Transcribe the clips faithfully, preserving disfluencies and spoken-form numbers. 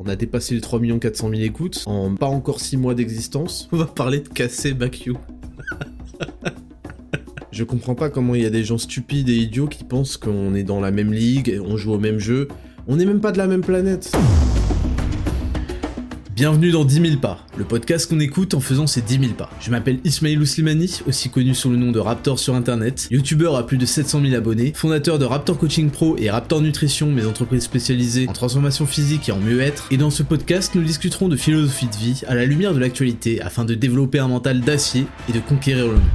On a dépassé les trois millions quatre cent mille écoutes en pas encore six mois d'existence. On va parler de casser Back You. Je comprends pas comment il y a des gens stupides et idiots qui pensent qu'on est dans la même ligue, on joue au même jeu. On n'est même pas de la même planète. Bienvenue dans dix mille pas, le podcast qu'on écoute en faisant ses dix mille pas. Je m'appelle Ismailou Slimani, aussi connu sous le nom de Raptor sur internet, youtubeur à plus de sept cent mille abonnés, fondateur de Raptor Coaching Pro et Raptor Nutrition, mes entreprises spécialisées en transformation physique et en mieux-être. Et dans ce podcast, nous discuterons de philosophie de vie à la lumière de l'actualité afin de développer un mental d'acier et de conquérir le monde.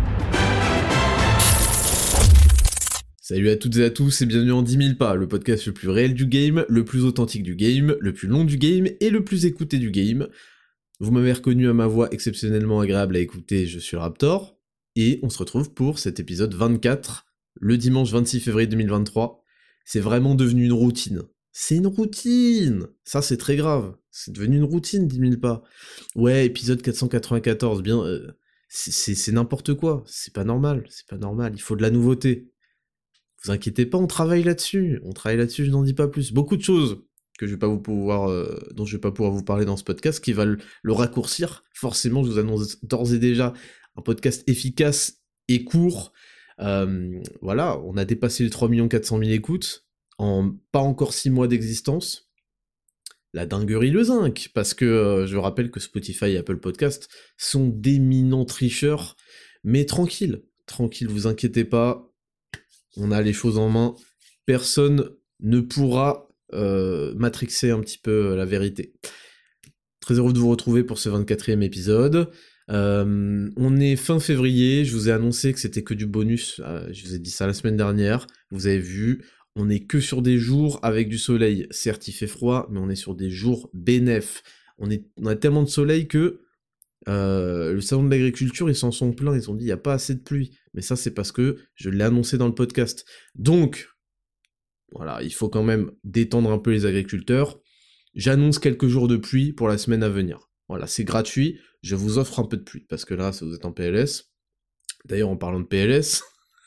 Salut à toutes et à tous et bienvenue en dix mille pas, le podcast le plus réel du game, le plus authentique du game, le plus long du game et le plus écouté du game. Vous m'avez reconnu à ma voix exceptionnellement agréable à écouter, je suis le Raptor, et on se retrouve pour cet épisode vingt-quatre, le dimanche vingt-six février deux mille vingt-trois. C'est vraiment devenu une routine. C'est une routine. Ça c'est très grave, c'est devenu une routine dix mille pas. Ouais, épisode quatre cent quatre-vingt-quatorze, bien... Euh, c'est, c'est, c'est n'importe quoi, c'est pas normal, c'est pas normal, il faut de la nouveauté. Vous inquiétez pas, on travaille là-dessus, on travaille là-dessus, je n'en dis pas plus. Beaucoup de choses que je vais pas vous pouvoir, euh, dont je vais pas pouvoir vous parler dans ce podcast, qui va le, le raccourcir. Forcément, je vous annonce d'ores et déjà un podcast efficace et court. Euh, voilà, on a dépassé les trois millions quatre cent mille écoutes en pas encore six mois d'existence. La dinguerie le zinc, parce que euh, je rappelle que Spotify et Apple Podcast sont d'éminents tricheurs, mais tranquille, tranquille, vous inquiétez pas. On a les choses en main, personne ne pourra euh, matrixer un petit peu la vérité. Très heureux de vous retrouver pour ce vingt-quatrième épisode. Euh, on est fin février, je vous ai annoncé que c'était que du bonus, euh, je vous ai dit ça la semaine dernière, vous avez vu, on est que sur des jours avec du soleil. Certes il fait froid, mais on est sur des jours bénef. On, est, on a tellement de soleil que Euh, le salon de l'agriculture, ils s'en sont plaints, ils ont dit il n'y a pas assez de pluie. Mais ça, c'est parce que je l'ai annoncé dans le podcast. Donc, voilà, il faut quand même détendre un peu les agriculteurs. J'annonce quelques jours de pluie pour la semaine à venir. Voilà, c'est gratuit, je vous offre un peu de pluie, parce que là, ça vous êtes en P L S. D'ailleurs, en parlant de P L S,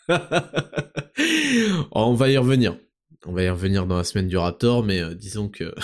on va y revenir. On va y revenir dans la semaine du Raptor, mais euh, disons que...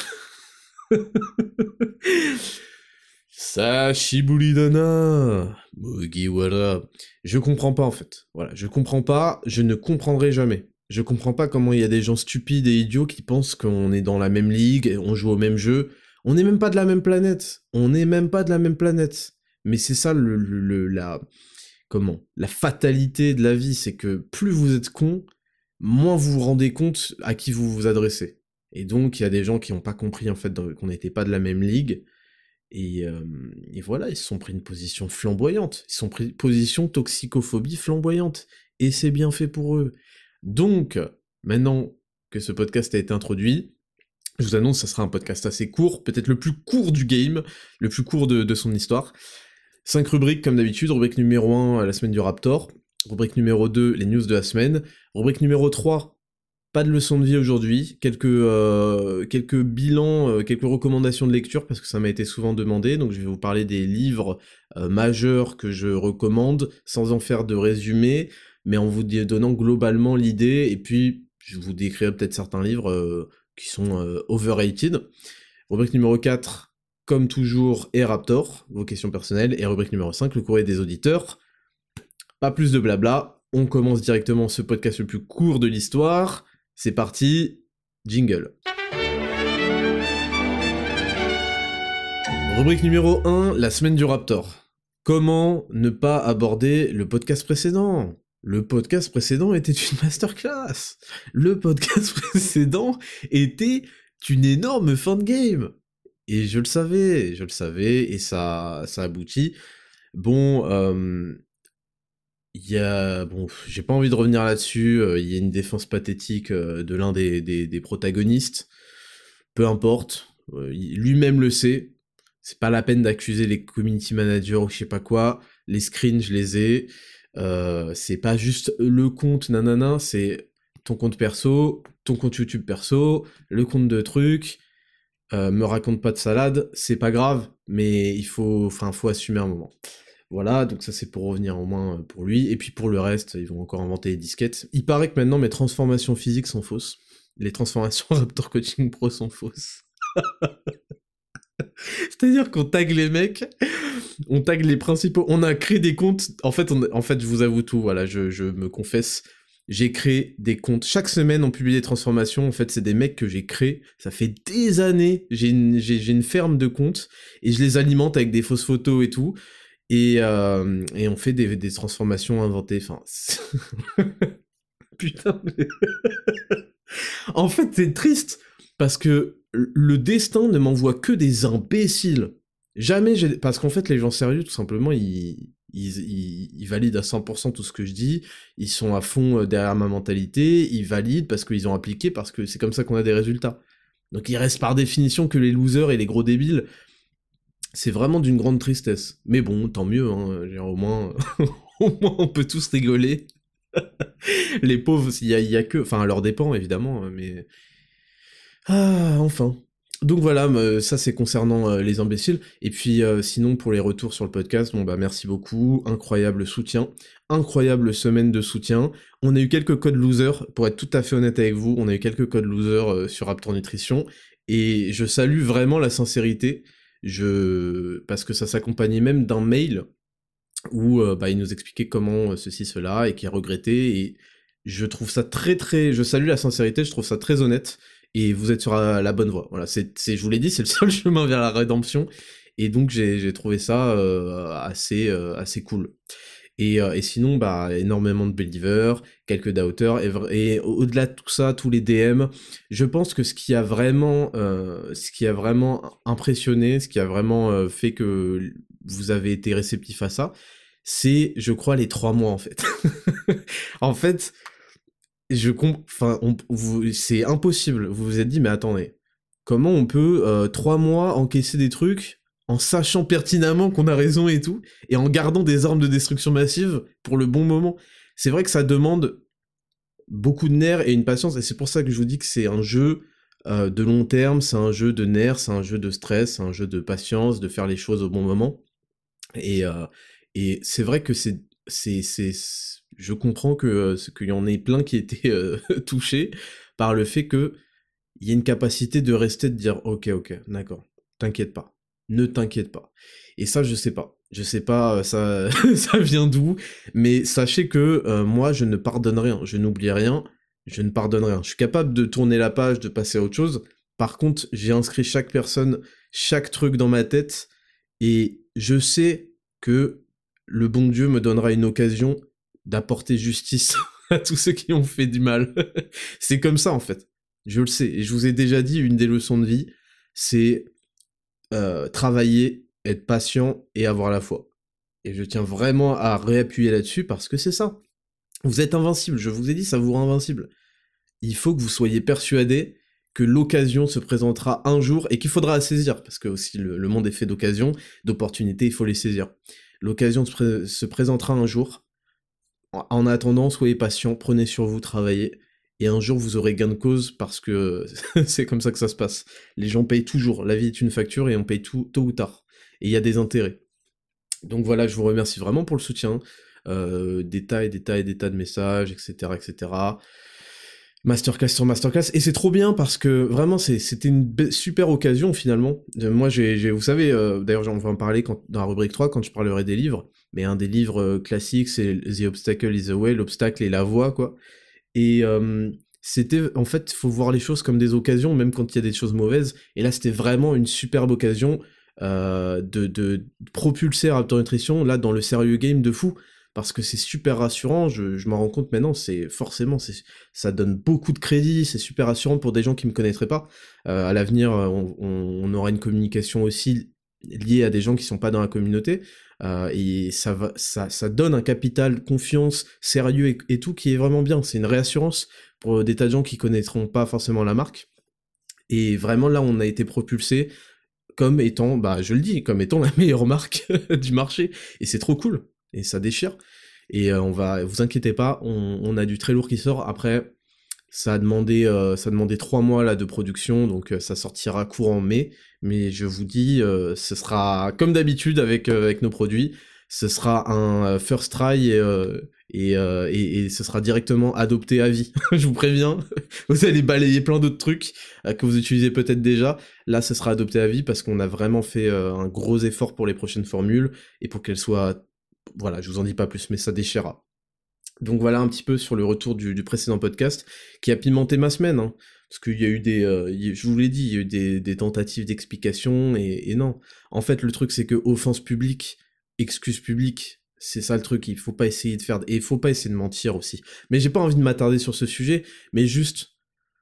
Sashibulidana Mugiwara. Je comprends pas en fait. Voilà, je comprends pas, je ne comprendrai jamais. Je comprends pas comment il y a des gens stupides et idiots qui pensent qu'on est dans la même ligue, on joue au même jeu. On n'est même pas de la même planète. On n'est même pas de la même planète. Mais c'est ça le, le, le la comment la fatalité de la vie, c'est que plus vous êtes con, moins vous vous rendez compte à qui vous vous adressez. Et donc il y a des gens qui n'ont pas compris en fait qu'on n'était pas de la même ligue. Et, euh, et voilà, ils se sont pris une position flamboyante, ils se sont pris une position toxicophobie flamboyante, et c'est bien fait pour eux. Donc, maintenant que ce podcast a été introduit, je vous annonce, ça sera un podcast assez court, peut-être le plus court du game, le plus court de, de son histoire. Cinq rubriques comme d'habitude, rubrique numéro un, la semaine du Raptor, rubrique numéro deux, les news de la semaine, rubrique numéro trois, pas de leçon de vie aujourd'hui, quelques, euh, quelques bilans, euh, quelques recommandations de lecture, parce que ça m'a été souvent demandé, donc je vais vous parler des livres euh, majeurs que je recommande, sans en faire de résumé, mais en vous donnant globalement l'idée, et puis je vous décrirai peut-être certains livres euh, qui sont euh, overrated. Rubrique numéro quatre, comme toujours, et Raptor, vos questions personnelles, et rubrique numéro cinq, le courrier des auditeurs. Pas plus de blabla, on commence directement ce podcast le plus court de l'histoire. C'est parti, jingle. Rubrique numéro un, la semaine du Raptor. Comment ne pas aborder le podcast précédent ? Le podcast précédent était une masterclass. Le podcast précédent était une énorme fin de game. Et je le savais, je le savais, et ça, ça aboutit. Bon, euh... il y a... Bon, j'ai pas envie de revenir là-dessus, euh, il y a une défense pathétique euh, de l'un des, des, des protagonistes, peu importe, euh, lui-même le sait, c'est pas la peine d'accuser les community managers ou je sais pas quoi, les screens je les ai, euh, c'est pas juste le compte nanana, c'est ton compte perso, ton compte YouTube perso, le compte de trucs, euh, me raconte pas de salade, c'est pas grave, mais il faut, enfin, faut assumer un moment. Voilà, donc ça c'est pour revenir au moins pour lui, et puis pour le reste, ils vont encore inventer les disquettes. Il paraît que maintenant mes transformations physiques sont fausses. Les transformations Raptor Coaching Pro sont fausses. C'est-à-dire qu'on tag les mecs, on tag les principaux, on a créé des comptes, en fait, on, en fait je vous avoue tout, voilà, je, je me confesse, j'ai créé des comptes, chaque semaine on publie des transformations, en fait c'est des mecs que j'ai créés, ça fait des années, j'ai une, j'ai, j'ai une ferme de comptes, et je les alimente avec des fausses photos et tout, et, euh, et on fait des, des transformations inventées, enfin... Putain, mais... En fait c'est triste, parce que le destin ne m'envoie que des imbéciles. Jamais j'ai... Parce qu'en fait, les gens sérieux, tout simplement, ils... Ils, ils, ils valident à cent pour cent tout ce que je dis, ils sont à fond derrière ma mentalité, ils valident parce qu'ils ont appliqué, parce que c'est comme ça qu'on a des résultats. Donc il reste par définition que les losers et les gros débiles. C'est vraiment d'une grande tristesse. Mais bon, tant mieux, hein. Genre, au moins... au moins on peut tous rigoler. Les pauvres, il y a, il y a que... Enfin, à leur dépend, évidemment, mais... Ah, enfin. Donc voilà, euh, ça c'est concernant euh, les imbéciles. Et puis euh, sinon pour les retours sur le podcast, bon bah merci beaucoup, incroyable soutien, incroyable semaine de soutien. On a eu quelques codes losers, pour être tout à fait honnête avec vous, on a eu quelques codes losers euh, sur Raptor Nutrition, et je salue vraiment la sincérité, je... parce que ça s'accompagnait même d'un mail où euh, bah, il nous expliquait comment euh, ceci, cela, et qu'il regrettait, et je trouve ça très très... Je salue la sincérité, je trouve ça très honnête, et vous êtes sur la, la bonne voie. Voilà, c'est, c'est, je vous l'ai dit, c'est le seul chemin vers la rédemption, et donc j'ai, j'ai trouvé ça euh, assez, euh, assez cool. Et, euh, et sinon, bah, énormément de believers, quelques doubters, et, et au-delà de tout ça, tous les D M, je pense que ce qui a vraiment, euh, ce qui a vraiment impressionné, ce qui a vraiment euh, fait que vous avez été réceptif à ça, c'est, je crois, les trois mois, en fait. En fait, je comp... enfin, on... vous... c'est impossible. Vous vous êtes dit, mais attendez, comment on peut euh, trois mois encaisser des trucs en sachant pertinemment qu'on a raison et tout, et en gardant des armes de destruction massive pour le bon moment? C'est vrai que ça demande beaucoup de nerfs et une patience, et c'est pour ça que je vous dis que c'est un jeu euh, de long terme, c'est un jeu de nerfs, c'est un jeu de stress, c'est un jeu de patience, de faire les choses au bon moment. Et, euh, et c'est vrai que c'est, c'est, c'est, je comprends que euh, qu'il y en ait plein qui étaient euh, touchés par le fait que il y a une capacité de rester, de dire ok, ok, d'accord, t'inquiète pas, ne t'inquiète pas. Et ça, je sais pas, je sais pas, ça, ça vient d'où, mais sachez que euh, moi, je ne pardonne rien, je n'oublie rien, je ne pardonne rien. Je suis capable de tourner la page, de passer à autre chose. Par contre, j'ai inscrit chaque personne, chaque truc dans ma tête, et je sais que le bon Dieu me donnera une occasion d'apporter justice à tous ceux qui ont fait du mal. C'est comme ça, en fait. Je le sais. Et je vous ai déjà dit, une des leçons de vie, c'est euh, travailler, être patient et avoir la foi. Et je tiens vraiment à réappuyer là-dessus parce que c'est ça. Vous êtes invincible. Je vous ai dit, ça vous rend invincible. Il faut que vous soyez persuadés que l'occasion se présentera un jour et qu'il faudra la saisir, parce que aussi le, le monde est fait d'occasions, d'opportunités, il faut les saisir. L'occasion se, pré- se présentera un jour. En, en attendant, soyez patient, prenez sur vous, travaillez, et un jour vous aurez gain de cause, parce que c'est comme ça que ça se passe. Les gens payent toujours, la vie est une facture et on paye tout tôt ou tard. Et il y a des intérêts. Donc voilà, je vous remercie vraiment pour le soutien, euh, des tas et des tas et des tas de messages, et cetera, et cetera. Masterclass sur masterclass, et c'est trop bien parce que vraiment c'est, c'était une be- super occasion finalement. Euh, Moi j'ai, j'ai vous savez, euh, d'ailleurs j'en vais en parler quand, dans la rubrique trois quand je parlerai des livres, mais un des livres euh, classiques c'est The Obstacle is the Way, l'obstacle est la voie quoi. Et euh, c'était, en fait, faut voir les choses comme des occasions, même quand il y a des choses mauvaises, et là c'était vraiment une superbe occasion euh, de, de propulser Raptor Nutrition là dans le sérieux game de fou. Parce que c'est super rassurant, je, je m'en rends compte maintenant, c'est forcément, c'est, ça donne beaucoup de crédit, c'est super rassurant pour des gens qui me connaîtraient pas. Euh, à l'avenir, on, on, on aura une communication aussi liée à des gens qui sont pas dans la communauté, euh, et ça, va, ça, ça donne un capital confiance, sérieux et, et tout qui est vraiment bien. C'est une réassurance pour des tas de gens qui connaîtront pas forcément la marque. Et vraiment là, on a été propulsé comme étant, bah je le dis, comme étant la meilleure marque du marché. Et c'est trop cool. Et ça déchire. Et euh, on va, vous inquiétez pas, on, on a du très lourd qui sort. Après, ça a demandé, euh, ça a demandé trois mois là de production, donc euh, ça sortira courant mai. Mais je vous dis, euh, ce sera comme d'habitude avec euh, avec nos produits. ce sera un euh, first try et, euh, et, euh, et, et ce sera directement adopté à vie. Je vous préviens, vous allez balayer plein d'autres trucs euh, que vous utilisez peut-être déjà. Là, ce sera adopté à vie parce qu'on a vraiment fait euh, un gros effort pour les prochaines formules et pour qu'elles soient... Voilà, je vous en dis pas plus, mais ça déchirera. Donc voilà un petit peu sur le retour du, du précédent podcast qui a pimenté ma semaine, hein, parce qu'il y a eu des, euh, y- je vous l'ai dit, il y a eu des, des tentatives d'explication et, et non. En fait, le truc c'est que offense publique, excuse publique, c'est ça le truc. Il faut pas essayer de faire, et il faut pas essayer de mentir aussi. Mais j'ai pas envie de m'attarder sur ce sujet, mais juste,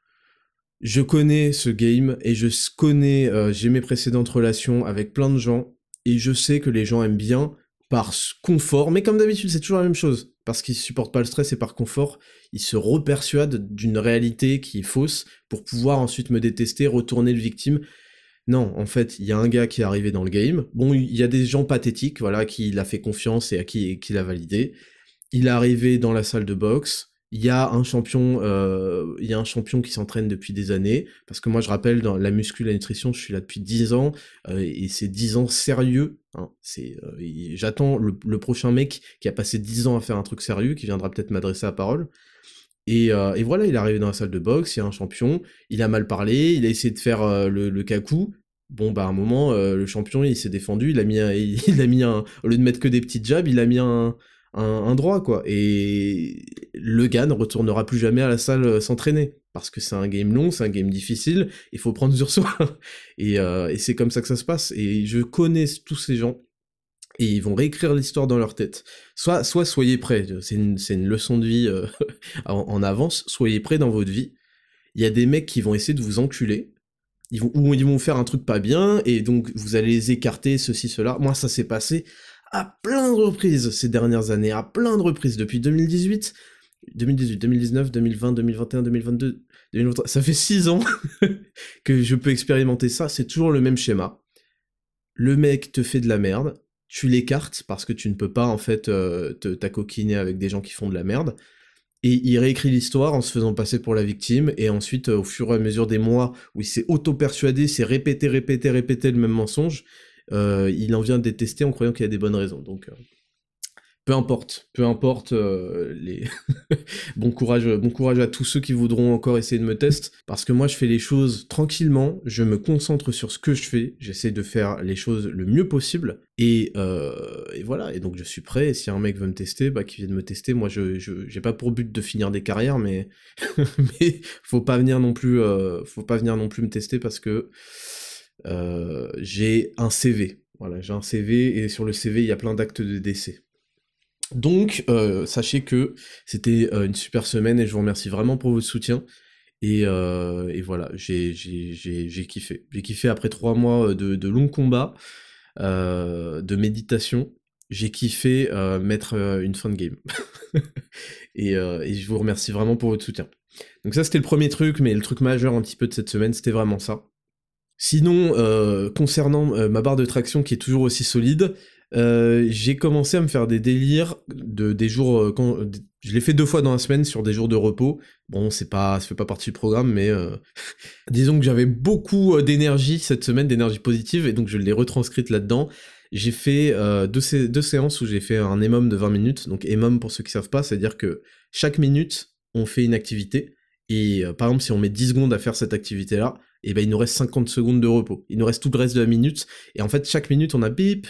je connais ce game et je s- connais, euh, j'ai mes précédentes relations avec plein de gens et je sais que les gens aiment bien par s- confort, mais comme d'habitude c'est toujours la même chose, parce qu'ils supportent pas le stress et par confort, ils se repersuadent d'une réalité qui est fausse pour pouvoir ensuite me détester, retourner le victime. Non, en fait, il y a un gars qui est arrivé dans le game, bon, il y a des gens pathétiques, voilà, qui il a fait confiance et à qui, qui l'a validé, il est arrivé dans la salle de boxe. Il y a un champion, euh, il y a un champion qui s'entraîne depuis des années, parce que moi je rappelle dans la muscu, la nutrition, je suis là depuis dix ans euh, et c'est dix ans sérieux. Hein, c'est, euh, et j'attends le, le prochain mec qui a passé dix ans à faire un truc sérieux, qui viendra peut-être m'adresser la parole. Et, euh, et voilà, il est arrivé dans la salle de boxe, il y a un champion, il a mal parlé, il a essayé de faire euh, le, le kakou. Bon bah à un moment, euh, le champion il s'est défendu, il a mis un, il a mis un, au lieu de mettre que des petits jabs, il a mis un, un, un droit quoi. Et le gars ne retournera plus jamais à la salle euh, s'entraîner. Parce que c'est un game long, c'est un game difficile, il faut prendre sur soi. Et, euh, et c'est comme ça que ça se passe. Et je connais tous ces gens, et ils vont réécrire l'histoire dans leur tête. Soit, soit soyez prêts, c'est une, c'est une leçon de vie euh, en, en avance, soyez prêts dans votre vie. Il y a des mecs qui vont essayer de vous enculer, ils vont, ou ils vont faire un truc pas bien, et donc vous allez les écarter, ceci, cela. Moi, ça s'est passé à plein de reprises ces dernières années, à plein de reprises, depuis deux mille dix-huit, deux mille dix-huit, deux mille dix-neuf, deux mille vingt, deux mille vingt et un, deux mille vingt-deux, deux mille vingt-trois, ça fait six ans que je peux expérimenter ça, c'est toujours le même schéma. Le mec te fait de la merde, tu l'écartes parce que tu ne peux pas en fait euh, te t'acoquiner avec des gens qui font de la merde, et il réécrit l'histoire en se faisant passer pour la victime, et ensuite euh, au fur et à mesure des mois où il s'est auto-persuadé, s'est répété, répété, répété le même mensonge, euh, il en vient détester en croyant qu'il y a des bonnes raisons, donc... Euh... Peu importe, peu importe euh, les... bon courage, bon courage à tous ceux qui voudront encore essayer de me tester, parce que moi je fais les choses tranquillement, je me concentre sur ce que je fais, j'essaie de faire les choses le mieux possible, et, euh, et voilà, et donc je suis prêt, et si un mec veut me tester, bah qu'il vienne me tester, moi je, je j'ai pas pour but de finir des carrières, mais mais faut pas venir non plus, euh, faut pas venir non plus me tester parce que euh, j'ai un C V, voilà, j'ai un C V, et sur le C V il y a plein d'actes de décès. Donc, euh, sachez que c'était euh, une super semaine et je vous remercie vraiment pour votre soutien. Et, euh, et voilà, j'ai, j'ai, j'ai, j'ai kiffé. J'ai kiffé après trois mois de, de longs combats, euh, de méditation. J'ai kiffé euh, mettre euh, une fin de game. et, euh, et je vous remercie vraiment pour votre soutien. Donc ça, c'était le premier truc, mais le truc majeur un petit peu de cette semaine, c'était vraiment ça. Sinon, euh, concernant euh, ma barre de traction qui est toujours aussi solide, euh, j'ai commencé à me faire des délires de des jours euh, quand je l'ai fait deux fois dans la semaine sur des jours de repos. Bon, c'est pas, ça fait pas partie du programme, mais euh, disons que j'avais beaucoup euh, d'énergie cette semaine, d'énergie positive, et donc je l'ai retranscrite là-dedans. J'ai fait euh, deux, sé- deux séances où j'ai fait un E M O M de vingt minutes. Donc E M O M, pour ceux qui savent pas, c'est-à-dire que chaque minute, on fait une activité, et euh, par exemple, si on met dix secondes à faire cette activité-là, et ben il nous reste cinquante secondes de repos. Il nous reste tout le reste de la minute, et en fait, chaque minute, on a bip,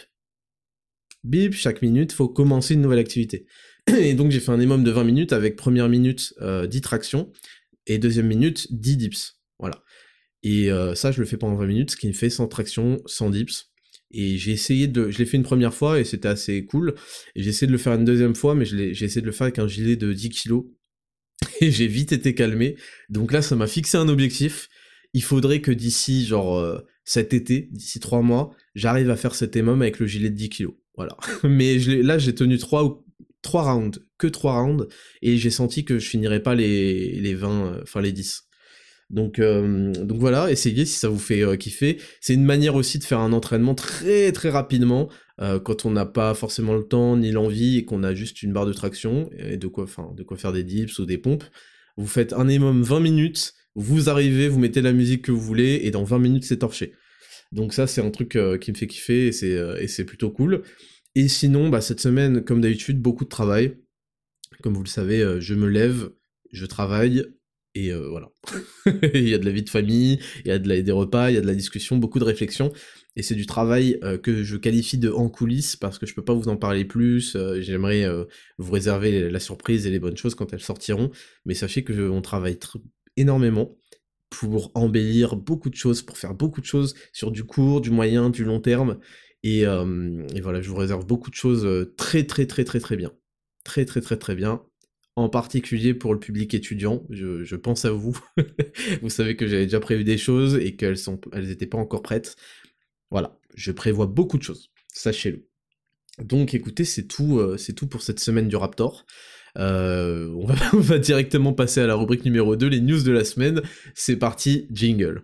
bip, chaque minute, faut commencer une nouvelle activité. Et donc j'ai fait un E M O M de vingt minutes avec première minute euh, dix tractions, et deuxième minute dix dips. Voilà. Et euh, ça, je le fais pendant vingt minutes, ce qui me fait cent tractions, cent dips. Et j'ai essayé de... Je l'ai fait une première fois, et c'était assez cool. Et j'ai essayé de le faire une deuxième fois, mais je l'ai... j'ai essayé de le faire avec un gilet de dix kilos. Et j'ai vite été calmé. Donc là, ça m'a fixé un objectif. Il faudrait que d'ici, genre, euh, cet été, d'ici trois mois, j'arrive à faire cet E M O M avec le gilet de dix kilos. Voilà. Mais je l'ai- là, j'ai tenu trois ou trois rounds, que trois rounds, et j'ai senti que je finirais pas les, les vingt, euh, enfin les dix. Donc, euh, donc voilà, essayez si ça vous fait euh, kiffer. C'est une manière aussi de faire un entraînement très très rapidement, euh, quand on n'a pas forcément le temps ni l'envie et qu'on a juste une barre de traction et de quoi, enfin, de quoi faire des dips ou des pompes. Vous faites un minimum vingt minutes, vous arrivez, vous mettez la musique que vous voulez, et dans vingt minutes c'est torché. Donc ça, c'est un truc euh, qui me fait kiffer, et c'est, euh, et c'est plutôt cool. Et sinon, bah, cette semaine, comme d'habitude, beaucoup de travail. Comme vous le savez, euh, je me lève, je travaille, et euh, voilà. Il y a de la vie de famille, il y a de la, des repas, il y a de la discussion, beaucoup de réflexion, et c'est du travail euh, que je qualifie de en coulisses, parce que je peux pas vous en parler plus, euh, j'aimerais euh, vous réserver la surprise et les bonnes choses quand elles sortiront, mais sachez qu'on travaille tr- énormément pour embellir beaucoup de choses, pour faire beaucoup de choses sur du court, du moyen, du long terme, et, euh, et voilà, je vous réserve beaucoup de choses euh, très très très très très bien. Très très très très bien, en particulier pour le public étudiant, je, je pense à vous. Vous savez que j'avais déjà prévu des choses et qu'elles sont, elles étaient pas encore prêtes. Voilà, je prévois beaucoup de choses, sachez-le. Donc écoutez, c'est tout, euh, c'est tout pour cette semaine du Raptor. Euh, on, va, on va directement passer à la rubrique numéro deux, les news de la semaine. C'est parti, jingle.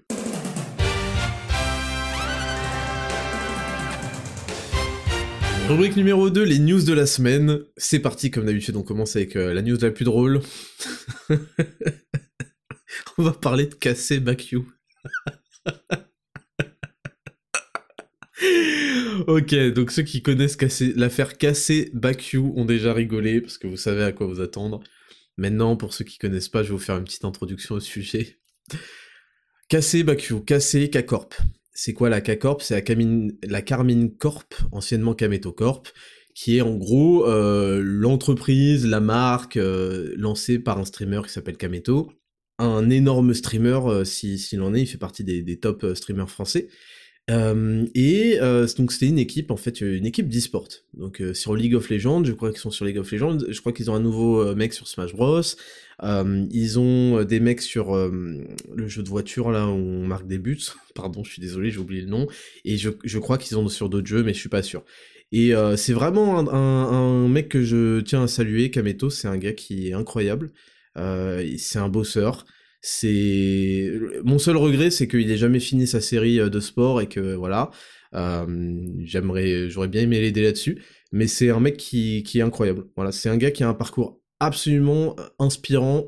Rubrique numéro deux, les news de la semaine. C'est parti, comme d'habitude, on commence avec euh, la news la plus drôle. On va parler de Casey Bakiu. Ok, donc ceux qui connaissent Casey, l'affaire Casey Bakiu ont déjà rigolé, parce que vous savez à quoi vous attendre. Maintenant, pour ceux qui connaissent pas, je vais vous faire une petite introduction au sujet. Casey Bakiu, Casey K-Corp. C'est quoi la K-Corp? C'est la, Camine, la Carmine Corp, anciennement Kameto Corp, qui est en gros euh, l'entreprise, la marque euh, lancée par un streamer qui s'appelle Kameto. Un énorme streamer, euh, si, s'il en est, il fait partie des, des top euh, streamers français. Euh, et euh, donc c'était une équipe, en fait, une équipe d'e-sport. Donc euh, sur League of Legends, je crois qu'ils sont sur League of Legends, je crois qu'ils ont un nouveau euh, mec sur Smash Bros. Euh, ils ont euh, des mecs sur euh, le jeu de voiture, là, où on marque des buts. Pardon, je suis désolé, j'ai oublié le nom. Et je, je crois qu'ils en ont sur d'autres jeux, mais je suis pas sûr. Et euh, c'est vraiment un, un, un mec que je tiens à saluer, Kameto, c'est un gars qui est incroyable. Euh, c'est un bosseur. C'est mon seul regret, c'est qu'il ait jamais fini sa série de sport et que voilà, euh, j'aimerais, j'aurais bien aimé l'aider là-dessus. Mais c'est un mec qui, qui est incroyable. Voilà, c'est un gars qui a un parcours absolument inspirant.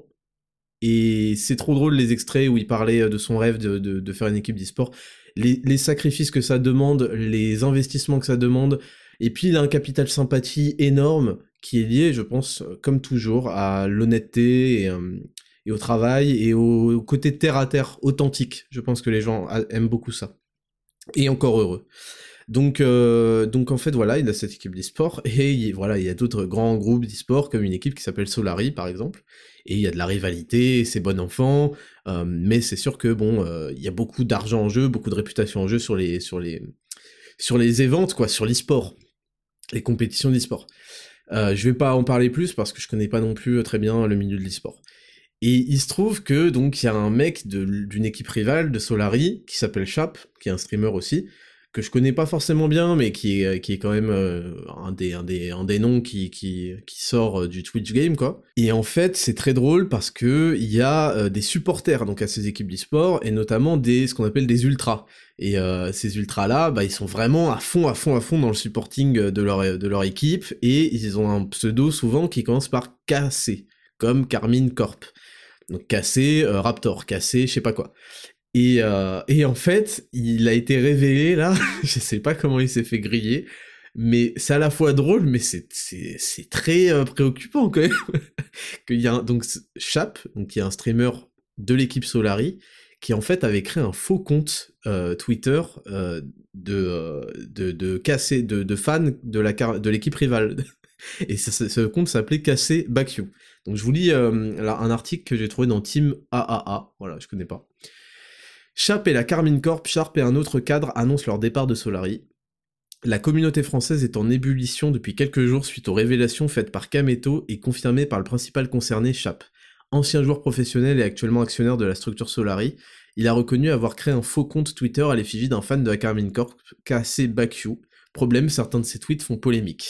Et c'est trop drôle les extraits où il parlait de son rêve de, de, de faire une équipe d'e-sport, les, les sacrifices que ça demande, les investissements que ça demande, et puis il a un capital sympathie énorme qui est lié, je pense, comme toujours, à l'honnêteté et, euh, et au travail et au, au côté terre à terre authentique. Je pense que les gens a, aiment beaucoup ça. Et encore heureux. Donc, euh, donc en fait, voilà, il a cette équipe d'e-sport, et il, voilà, il y a d'autres grands groupes d'e-sport, comme une équipe qui s'appelle Solari, par exemple, et il y a de la rivalité, c'est bon enfant, euh, mais c'est sûr que, bon, euh, il y a beaucoup d'argent en jeu, beaucoup de réputation en jeu sur les, sur les, sur les events, quoi, sur l'e-sport, les compétitions d'e-sport. Euh, je vais pas en parler plus, parce que je connais pas non plus très bien le milieu de l'e-sport. Et il se trouve que, donc, il y a un mec de, d'une équipe rivale de Solari, qui s'appelle Chap, qui est un streamer aussi, que je connais pas forcément bien, mais qui est, qui est quand même euh, un, des, un, des, un des noms qui, qui, qui sort euh, du Twitch game, quoi. Et en fait, c'est très drôle parce que il y a euh, des supporters donc à ces équipes d'e-sport, et notamment des, ce qu'on appelle des ultras. Et euh, ces ultras-là, bah, ils sont vraiment à fond, à fond, à fond dans le supporting de leur, de leur équipe, et ils ont un pseudo souvent qui commence par K C, comme Carmine Corp. Donc K C, euh, Raptor, K C, je sais pas quoi. Et, euh, et en fait, il a été révélé, là, je sais pas comment il s'est fait griller, mais c'est à la fois drôle, mais c'est, c'est, c'est très euh, préoccupant, quand même. Qu'il y a un, donc, Chap, donc, qui est un streamer de l'équipe Solari, qui en fait avait créé un faux compte euh, Twitter euh, de, euh, de, de, Casser, de, de fans de, la, de l'équipe rivale. Et ce, ce compte s'appelait Casey Bakiu. Donc je vous lis euh, là, un article que j'ai trouvé dans Team A A A, voilà, je connais pas. Chap et la Carmine Corp, Sharp et un autre cadre annoncent leur départ de Solari. La communauté française est en ébullition depuis quelques jours suite aux révélations faites par Kameto et confirmées par le principal concerné, Chap. Ancien joueur professionnel et actuellement actionnaire de la structure Solari, il a reconnu avoir créé un faux compte Twitter à l'effigie d'un fan de la Carmine Corp, Casey Bakiu. Problème, certains de ses tweets font polémique.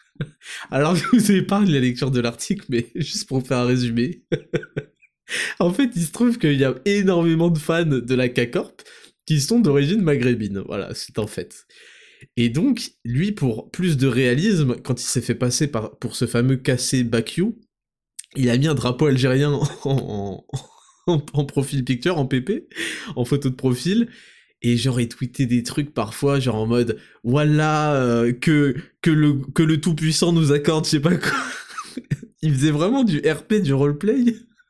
Alors je vous épargne la lecture de l'article, mais juste pour faire un résumé. En fait, il se trouve qu'il y a énormément de fans de la K-Corp qui sont d'origine maghrébine. Voilà, c'est un fait. Et donc, lui, pour plus de réalisme, quand il s'est fait passer par, pour ce fameux Casey Bakiu, il a mis un drapeau algérien en, en, en, en profil picture, en P P, en photo de profil, et genre il tweetait des trucs parfois genre en mode voilà euh, que que le que le tout puissant nous accorde je sais pas quoi. Il faisait vraiment du R P, du roleplay.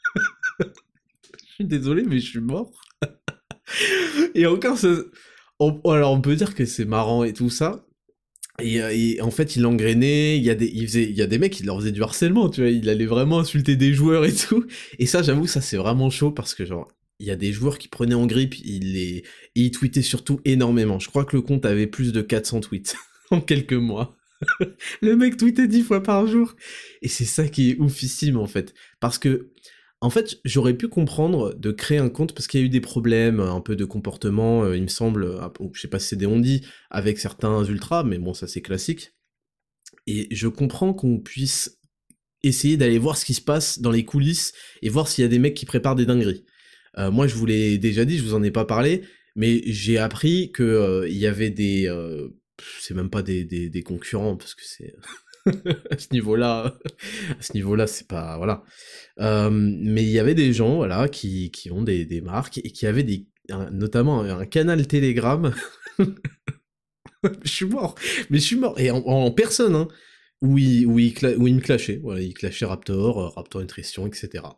Je suis désolé mais je suis mort. Et encore ça, on, alors on peut dire que c'est marrant et tout ça. Et, euh, et en fait, il engrainait, il y a des, il faisait, il y a des mecs qui leur faisaient du harcèlement, tu vois, il allait vraiment insulter des joueurs et tout. Et ça, j'avoue, ça c'est vraiment chaud parce que genre, il y a des joueurs qui prenaient en grippe, il les, et il tweetait surtout énormément. Je crois que le compte avait plus de quatre cents tweets en quelques mois. Le mec tweetait dix fois par jour. Et c'est ça qui est oufissime en fait. Parce que en fait, j'aurais pu comprendre de créer un compte parce qu'il y a eu des problèmes, un peu de comportement, euh, il me semble, euh, ou je sais pas si c'est des on-dit, avec certains ultras, mais bon, ça c'est classique. Et je comprends qu'on puisse essayer d'aller voir ce qui se passe dans les coulisses et voir s'il y a des mecs qui préparent des dingueries. Euh, moi, je vous l'ai déjà dit, je vous en ai pas parlé, mais j'ai appris que euh, il y avait des... euh, c'est même pas des, des, des concurrents, parce que c'est... à ce niveau-là, à ce niveau-là, c'est pas... Voilà. Euh, mais il y avait des gens, voilà, qui, qui ont des, des marques et qui avaient des, un, notamment un, un canal Telegram. Je suis mort, mais je suis mort, et en, en personne, hein, où il, où il, cla- où il me clashait, voilà, il clashait Raptor, euh, Raptor Nutrition, et cetera.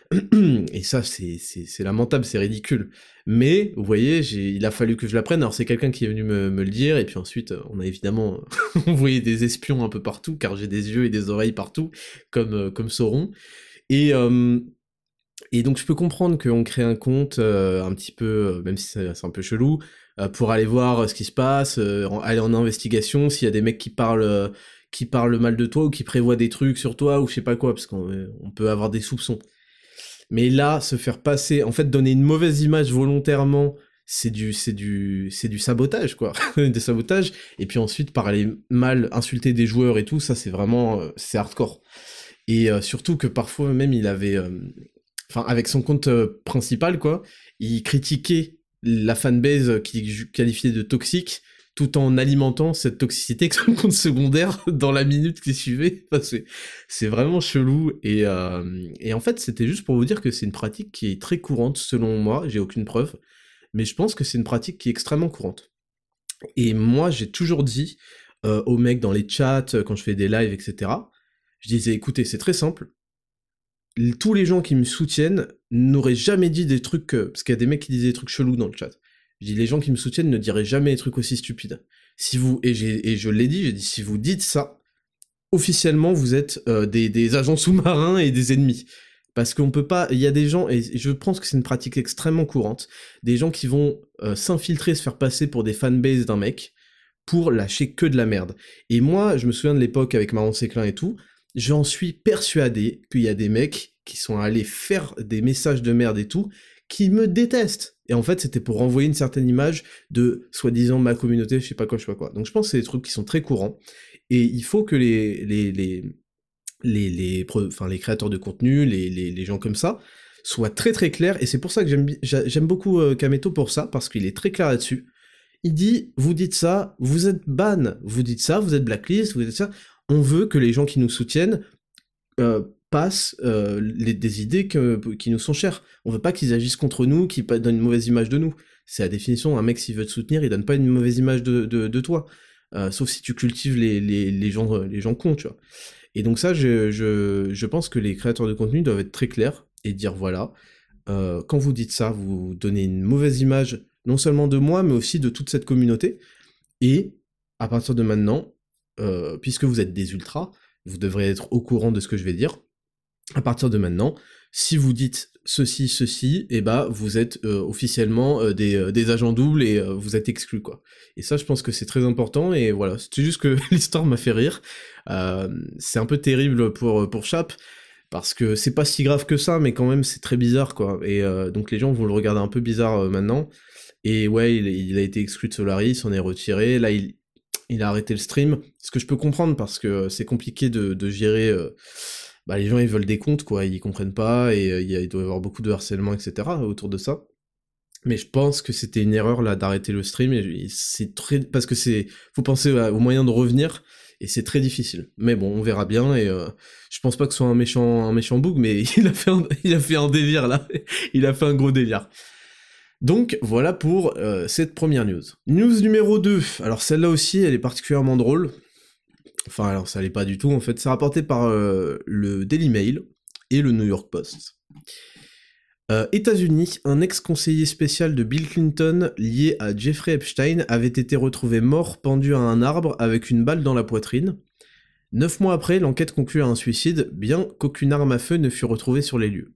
Et ça, c'est, c'est, c'est lamentable, c'est ridicule. Mais, vous voyez, j'ai, il a fallu que je l'apprenne, alors c'est quelqu'un qui est venu me, me le dire, et puis ensuite, on a évidemment envoyé des espions un peu partout, car j'ai des yeux et des oreilles partout, comme, euh, comme Sauron. Et, euh, et donc je peux comprendre qu'on crée un compte euh, un petit peu, euh, même si c'est, c'est un peu chelou, euh, pour aller voir euh, ce qui se passe, euh, en- aller en investigation, s'il y a des mecs qui parlent, euh, qui parlent mal de toi ou qui prévoient des trucs sur toi ou je sais pas quoi, parce qu'on euh, on peut avoir des soupçons. Mais là, se faire passer, en fait, donner une mauvaise image volontairement, c'est du, c'est du, c'est du sabotage, quoi, des sabotages. Et puis ensuite parler mal, insulter des joueurs et tout, ça c'est vraiment, euh, c'est hardcore. Et euh, surtout que parfois même il avait, euh, enfin avec son compte euh, principal quoi, il critiquait la fanbase qu'il ju- qualifiait de toxique, tout en alimentant cette toxicité avec son compte secondaire dans la minute qui suivait. Enfin, c'est, c'est vraiment chelou. Et, euh, et en fait, c'était juste pour vous dire que c'est une pratique qui est très courante selon moi. J'ai aucune preuve, mais je pense que c'est une pratique qui est extrêmement courante. Et moi, j'ai toujours dit euh, aux mecs dans les chats, euh, quand je fais des lives, et cetera, je disais, écoutez, c'est très simple, l- tous les gens qui me soutiennent n'auraient jamais dit des trucs que... Parce qu'il y a des mecs qui disaient des trucs chelous dans le chat. Je dis, les gens qui me soutiennent ne diraient jamais des trucs aussi stupides. Si vous... Et, j'ai, et je l'ai dit, j'ai dit, si vous dites ça, officiellement, vous êtes euh, des, des agents sous-marins et des ennemis. Parce qu'on peut pas... Il y a des gens, et je pense que c'est une pratique extrêmement courante, des gens qui vont euh, s'infiltrer, se faire passer pour des fanbases d'un mec, pour lâcher que de la merde. Et moi, je me souviens de l'époque avec Marron Séclin et tout, j'en suis persuadé qu'il y a des mecs qui sont allés faire des messages de merde et tout, qui me détestent. Et en fait, c'était pour renvoyer une certaine image de, soi-disant, ma communauté, je sais pas quoi, je sais pas quoi. Donc je pense que c'est des trucs qui sont très courants, et il faut que les, les, les, les, les, pro- enfin, les créateurs de contenu, les, les, les gens comme ça, soient très très clairs, et c'est pour ça que j'aime, bi- j'a- j'aime beaucoup euh, Kameto pour ça, parce qu'il est très clair là-dessus. Il dit, vous dites ça, vous êtes ban, vous dites ça, vous êtes blacklist, vous dites ça, on veut que les gens qui nous soutiennent euh, passent euh, les, des idées que, qui nous sont chères. On veut pas qu'ils agissent contre nous, qu'ils pa- donnent une mauvaise image de nous. C'est la définition, un mec s'il veut te soutenir, il donne pas une mauvaise image de, de, de toi. Euh, sauf si tu cultives les, les, les gens les gens cons, tu vois. Et donc ça, je, je, je pense que les créateurs de contenu doivent être très clairs et dire voilà, euh, quand vous dites ça, vous donnez une mauvaise image, non seulement de moi, mais aussi de toute cette communauté, et à partir de maintenant, euh, puisque vous êtes des ultras, vous devrez être au courant de ce que je vais dire. À partir de maintenant, si vous dites ceci, ceci, et eh bah vous êtes euh, officiellement euh, des, euh, des agents doubles et euh, vous êtes exclus quoi. Et ça, je pense que c'est très important. Et voilà, c'est juste que l'histoire m'a fait rire. Euh, c'est un peu terrible pour pour Chap parce que c'est pas si grave que ça, mais quand même c'est très bizarre quoi. Et euh, donc les gens vont le regarder un peu bizarre euh, maintenant. Et ouais, il, il a été exclu de Solaris, on est retiré. Là, il, il a arrêté le stream. Ce que je peux comprendre parce que c'est compliqué de, de gérer. Euh, bah, les gens ils veulent des comptes quoi, ils comprennent pas et euh, il, y a, il doit y avoir beaucoup de harcèlement et cetera autour de ça. Mais je pense que c'était une erreur là d'arrêter le stream et c'est très parce que c'est faut penser à- aux moyens de revenir et c'est très difficile. Mais bon, on verra bien et euh, je pense pas que ce soit un méchant un méchant bug mais il a fait un, il a fait un délire là, il a fait un gros délire. Donc voilà pour euh, cette première news. News numéro deux, alors celle-là aussi elle est particulièrement drôle. Enfin alors ça l'est pas du tout en fait, c'est rapporté par euh, le Daily Mail et le New York Post. Euh, États-Unis, un ex-conseiller spécial de Bill Clinton lié à Jeffrey Epstein avait été retrouvé mort pendu à un arbre avec une balle dans la poitrine. Neuf mois après, l'enquête conclut à un suicide, bien qu'aucune arme à feu ne fut retrouvée sur les lieux.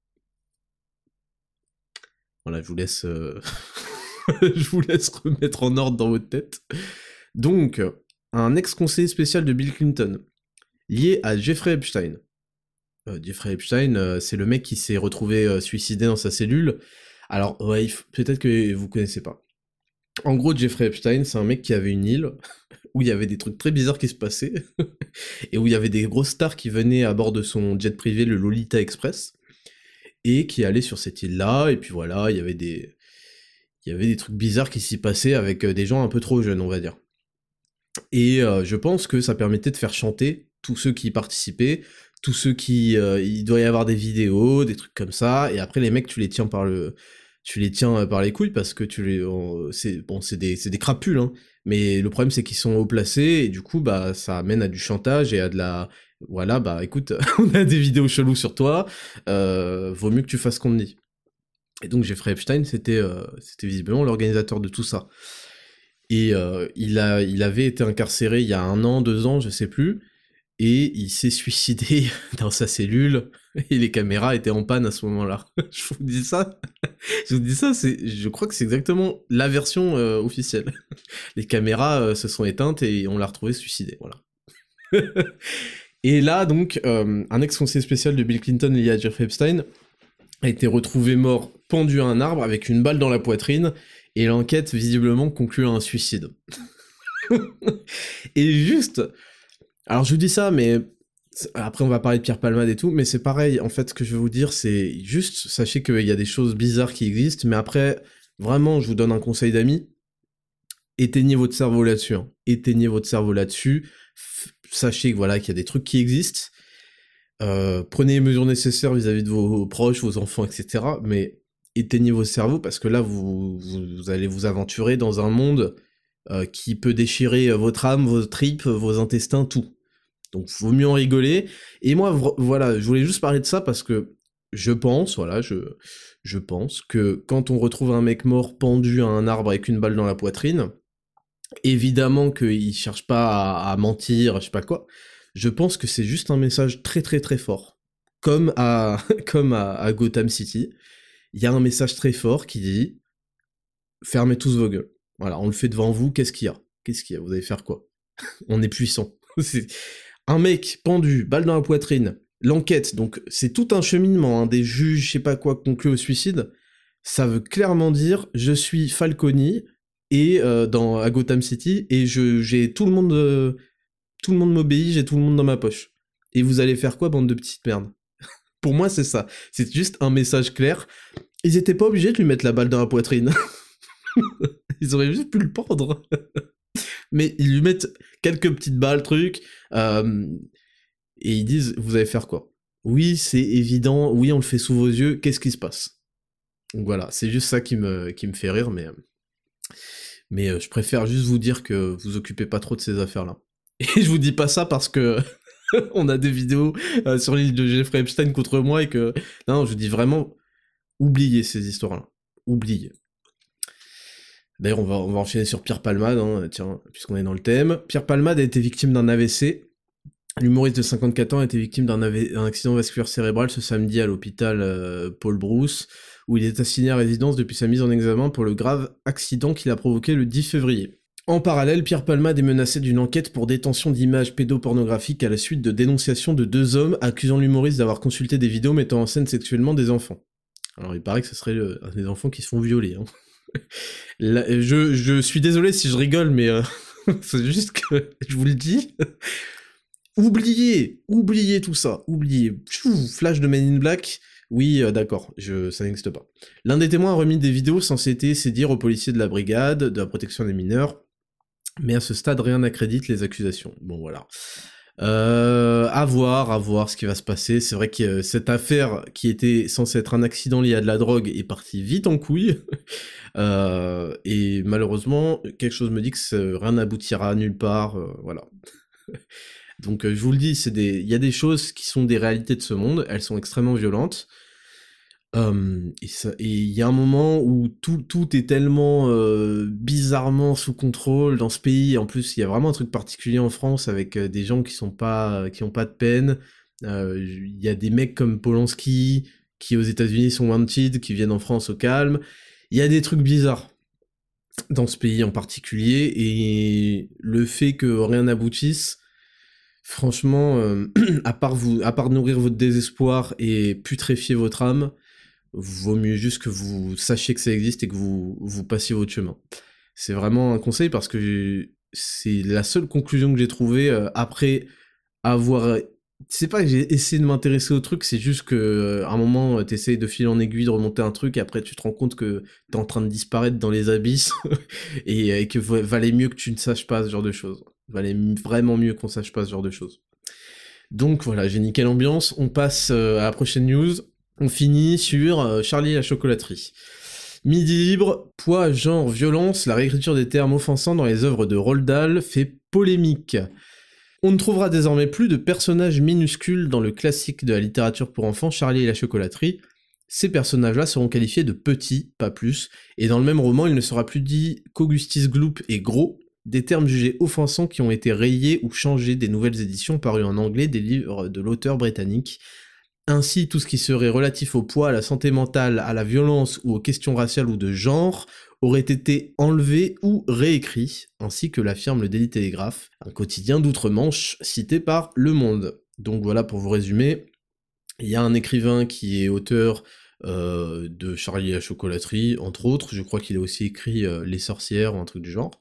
Voilà, je vous laisse, euh... je vous laisse remettre en ordre dans votre tête. Donc, un ex-conseiller spécial de Bill Clinton, lié à Jeffrey Epstein. Euh, Jeffrey Epstein, euh, c'est le mec qui s'est retrouvé euh, suicidé dans sa cellule. Alors, ouais, faut... peut-être que vous connaissez pas. En gros, Jeffrey Epstein, c'est un mec qui avait une île où il y avait des trucs très bizarres qui se passaient, et où il y avait des grosses stars qui venaient à bord de son jet privé, le Lolita Express, et qui allaient sur cette île-là, et puis voilà, il y avait des... il y avait des trucs bizarres qui s'y passaient avec des gens un peu trop jeunes, on va dire. Et euh, je pense que ça permettait de faire chanter tous ceux qui y participaient, tous ceux qui... Euh, il doit y avoir des vidéos, des trucs comme ça, et après les mecs, tu les tiens par le... tu les tiens par les couilles parce que tu les... Euh, c'est bon, c'est des, c'est des crapules, hein, mais le problème c'est qu'ils sont haut placés, et du coup, bah, ça amène à du chantage et à de la... Voilà, bah écoute, on a des vidéos cheloues sur toi, euh, vaut mieux que tu fasses ce qu'on te dit. Et donc Jeffrey Epstein, c'était euh, c'était visiblement l'organisateur de tout ça. Et euh, il, a, il avait été incarcéré il y a un an, deux ans, je sais plus, et il s'est suicidé dans sa cellule, et les caméras étaient en panne à ce moment-là. Je vous dis ça, je vous dis ça, c'est, je crois que c'est exactement la version euh, officielle. Les caméras euh, se sont éteintes et on l'a retrouvé suicidé, voilà. Et là, donc, euh, un ex-conseiller spécial de Bill Clinton lié à Jeffrey Epstein a été retrouvé mort pendu à un arbre avec une balle dans la poitrine, et l'enquête visiblement conclut à un suicide. Et juste... Alors je vous dis ça, mais... Après on va parler de Pierre Palmade et tout, mais c'est pareil, en fait, ce que je vais vous dire, c'est juste, sachez qu'il y a des choses bizarres qui existent, mais après, vraiment, je vous donne un conseil d'ami, éteignez votre cerveau là-dessus, hein. Éteignez votre cerveau là-dessus, F- sachez que voilà, qu'il y a des trucs qui existent, euh, prenez les mesures nécessaires vis-à-vis de vos proches, vos enfants, et cetera, mais éteignez vos cerveaux, parce que là, vous, vous, vous allez vous aventurer dans un monde euh, qui peut déchirer votre âme, vos tripes, vos intestins, tout. Donc, vaut mieux en rigoler. Et moi, v- voilà, je voulais juste parler de ça parce que je pense, voilà, je, je pense que quand on retrouve un mec mort pendu à un arbre avec une balle dans la poitrine, évidemment qu'il cherche pas à, à mentir, je sais pas quoi, je pense que c'est juste un message très très très fort. Comme à, comme à, à Gotham City, il y a un message très fort qui dit « Fermez tous vos gueules ». Voilà, on le fait devant vous, qu'est-ce qu'il y a ? Qu'est-ce qu'il y a ? Vous allez faire quoi ? On est puissant. C'est... Un mec pendu, balle dans la poitrine, l'enquête, donc c'est tout un cheminement, hein, des juges, je sais pas quoi, conclu au suicide, ça veut clairement dire « Je suis Falconi » et euh, dans à Gotham City, et je j'ai tout le monde euh, tout le monde m'obéit, j'ai tout le monde dans ma poche. Et vous allez faire quoi, bande de petites merdes ? Pour moi, c'est ça. C'est juste un message clair. Ils étaient pas obligés de lui mettre la balle dans la poitrine. Ils auraient juste pu le pendre. Mais ils lui mettent quelques petites balles, trucs, euh, et ils disent, vous allez faire quoi ? Oui, c'est évident, oui, on le fait sous vos yeux, qu'est-ce qui se passe ? Donc voilà, c'est juste ça qui me, qui me fait rire, mais, mais euh, je préfère juste vous dire que vous occupez pas trop de ces affaires-là. Et je vous dis pas ça parce que on a des vidéos euh, sur l'île de Jeffrey Epstein contre moi et que... Non, je vous dis vraiment, oubliez ces histoires-là. Oubliez. D'ailleurs, on va, on va enchaîner sur Pierre Palmade, hein, tiens, puisqu'on est dans le thème. Pierre Palmade a été victime d'un A V C. L'humoriste de cinquante-quatre ans a été victime d'un, A V- d'un accident vasculaire cérébral ce samedi à l'hôpital euh, Paul Brousse, où il est assigné à résidence depuis sa mise en examen pour le grave accident qu'il a provoqué le dix février. En parallèle, Pierre Palmade est menacé d'une enquête pour détention d'images pédopornographiques à la suite de dénonciations de deux hommes accusant l'humoriste d'avoir consulté des vidéos mettant en scène sexuellement des enfants. Alors il paraît que ce serait le, des enfants qui se font violer, hein. Là, je, je suis désolé si je rigole, mais euh, c'est juste que je vous le dis. Oubliez, oubliez tout ça, oubliez. Pfiou, flash de Men in Black, oui, euh, d'accord, je, ça n'existe pas. L'un des témoins a remis des vidéos censées saisir aux policiers de la brigade de la protection des mineurs, mais à ce stade, rien n'accrédite les accusations. Bon, voilà. Euh, à voir, à voir ce qui va se passer. C'est vrai que euh, cette affaire qui était censée être un accident lié à de la drogue est partie vite en couille. euh, et malheureusement, quelque chose me dit que ça- rien n'aboutira nulle part. euh, voilà. Donc euh, je vous le dis, c'est des, il y a des choses qui sont des réalités de ce monde. Elles sont extrêmement violentes. Euh, et ça- et il y a un moment où tout, tout est tellement euh, bizarrement sous contrôle dans ce pays. En plus, il y a vraiment un truc particulier en France avec euh, des gens qui sont pas, qui ont pas de peine. Euh, Il y a des mecs comme Polanski qui aux États-Unis sont wanted, qui viennent en France au calme. Il y a des trucs bizarres dans ce pays en particulier et le fait que rien n'aboutisse, franchement, euh, à part vous, à part nourrir votre désespoir et putréfier votre âme, vaut mieux juste que vous sachiez que ça existe et que vous, vous passiez votre chemin. C'est vraiment un conseil parce que c'est la seule conclusion que j'ai trouvée euh, après avoir... C'est pas que j'ai essayé de m'intéresser au truc, c'est juste que euh, à un moment euh, t'essayes de fil en aiguille de remonter un truc et après tu te rends compte que t'es en train de disparaître dans les abysses et, et que va- valait mieux que tu ne saches pas ce genre de choses. Valait m- vraiment mieux qu'on sache pas ce genre de choses. Donc voilà, j'ai niqué l'ambiance, on passe euh, à la prochaine news. On finit sur euh, Charlie et la chocolaterie. Midi libre, poids, genre, violence, la réécriture des termes offensants dans les œuvres de Roald Dahl fait polémique. On ne trouvera désormais plus de personnages minuscules dans le classique de la littérature pour enfants Charlie et la chocolaterie. Ces personnages-là seront qualifiés de petits, pas plus, et dans le même roman, il ne sera plus dit qu'Augustus Gloop est gros, des termes jugés offensants qui ont été rayés ou changés des nouvelles éditions parues en anglais des livres de l'auteur britannique. Ainsi, tout ce qui serait relatif au poids, à la santé mentale, à la violence ou aux questions raciales ou de genre aurait été enlevé ou réécrit, ainsi que l'affirme le Daily Telegraph, un quotidien d'outre-Manche cité par Le Monde. Donc voilà pour vous résumer, il y a un écrivain qui est auteur euh, de Charlie et la chocolaterie, entre autres, je crois qu'il a aussi écrit euh, Les sorcières ou un truc du genre.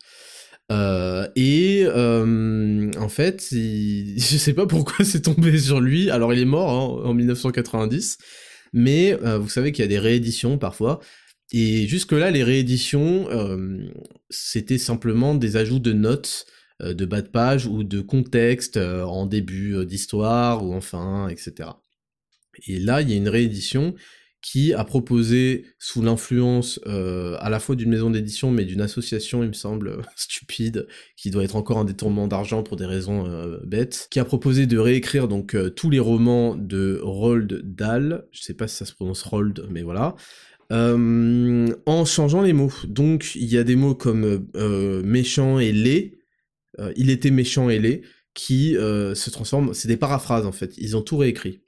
Euh, et euh, en fait, il... je sais pas pourquoi c'est tombé sur lui. Alors il est mort hein, en mille neuf cent quatre-vingt-dix, mais euh, vous savez qu'il y a des rééditions parfois. Et jusque-là, les rééditions, euh, c'était simplement des ajouts de notes, euh, de bas de page ou de contexte euh, en début euh, d'histoire ou en fin, et cetera. Et là, il y a une réédition qui a proposé, sous l'influence euh, à la fois d'une maison d'édition, mais d'une association, il me semble, stupide, qui doit être encore un détournement d'argent pour des raisons euh, bêtes, qui a proposé de réécrire donc euh, tous les romans de Roald Dahl, je sais pas si ça se prononce Roald, mais voilà, euh, en changeant les mots. Donc, il y a des mots comme euh, méchant et laid, euh, il était méchant et laid, qui euh, se transforment, c'est des paraphrases en fait, ils ont tout réécrit.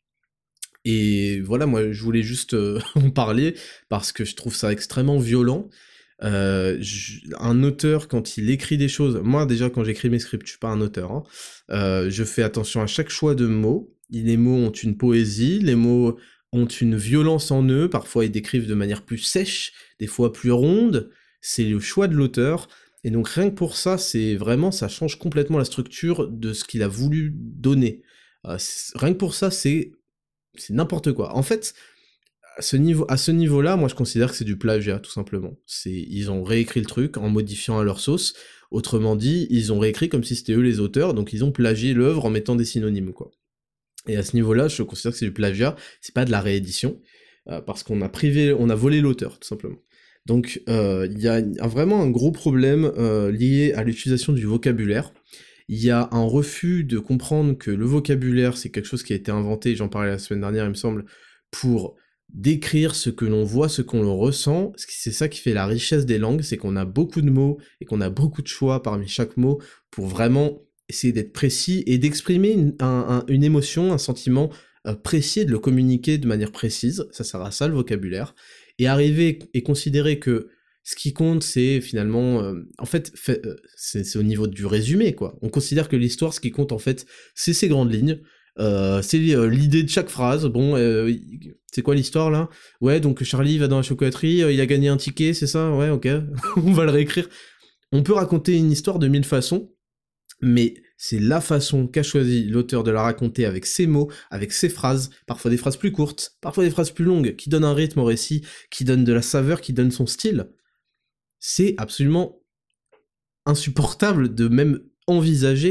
Et voilà, moi je voulais juste euh, en parler parce que je trouve ça extrêmement violent. Euh, je- un auteur, quand il écrit des choses, moi déjà quand j'écris mes scripts, je suis pas un auteur, hein, euh, je fais attention à chaque choix de mots. Les mots ont une poésie, les mots ont une violence en eux, parfois ils décrivent de manière plus sèche, des fois plus ronde, c'est le choix de l'auteur. Et donc rien que pour ça, c'est vraiment, ça change complètement la structure de ce qu'il a voulu donner. Euh, c'est- rien que pour ça, c'est c'est n'importe quoi. En fait, à ce niveau, à ce niveau-là, moi je considère que c'est du plagiat, tout simplement. C'est, ils ont réécrit le truc en modifiant à leur sauce. Autrement dit, ils ont réécrit comme si c'était eux les auteurs, donc ils ont plagié l'œuvre en mettant des synonymes, quoi. Et à ce niveau-là, je considère que c'est du plagiat, c'est pas de la réédition, euh, parce qu'on a privé, on a volé l'auteur, tout simplement. Donc euh, il y a un- vraiment un gros problème euh, lié à l'utilisation du vocabulaire. Il y a un refus de comprendre que le vocabulaire, c'est quelque chose qui a été inventé, j'en parlais la semaine dernière, il me semble, pour décrire ce que l'on voit, ce qu'on ressent. C'est ça qui fait la richesse des langues, c'est qu'on a beaucoup de mots et qu'on a beaucoup de choix parmi chaque mot pour vraiment essayer d'être précis et d'exprimer une, un- un- une émotion, un sentiment euh, précis et de le communiquer de manière précise. Ça sert à ça le vocabulaire. Et arriver et considérer que ce qui compte, c'est finalement... euh, en fait, fait euh, c'est c'est au niveau du résumé, quoi. On considère que l'histoire, ce qui compte, en fait, c'est ses grandes lignes, euh, c'est euh, l'idée de chaque phrase. Bon, euh, c'est quoi l'histoire, là? Ouais, donc Charlie va dans la chocolaterie, euh, il a gagné un ticket, c'est ça? Ouais, ok, on va le réécrire. On peut raconter une histoire de mille façons, mais c'est la façon qu'a choisi l'auteur de la raconter avec ses mots, avec ses phrases, parfois des phrases plus courtes, parfois des phrases plus longues, qui donnent un rythme au récit, qui donnent de la saveur, qui donnent son style. C'est absolument insupportable de même envisager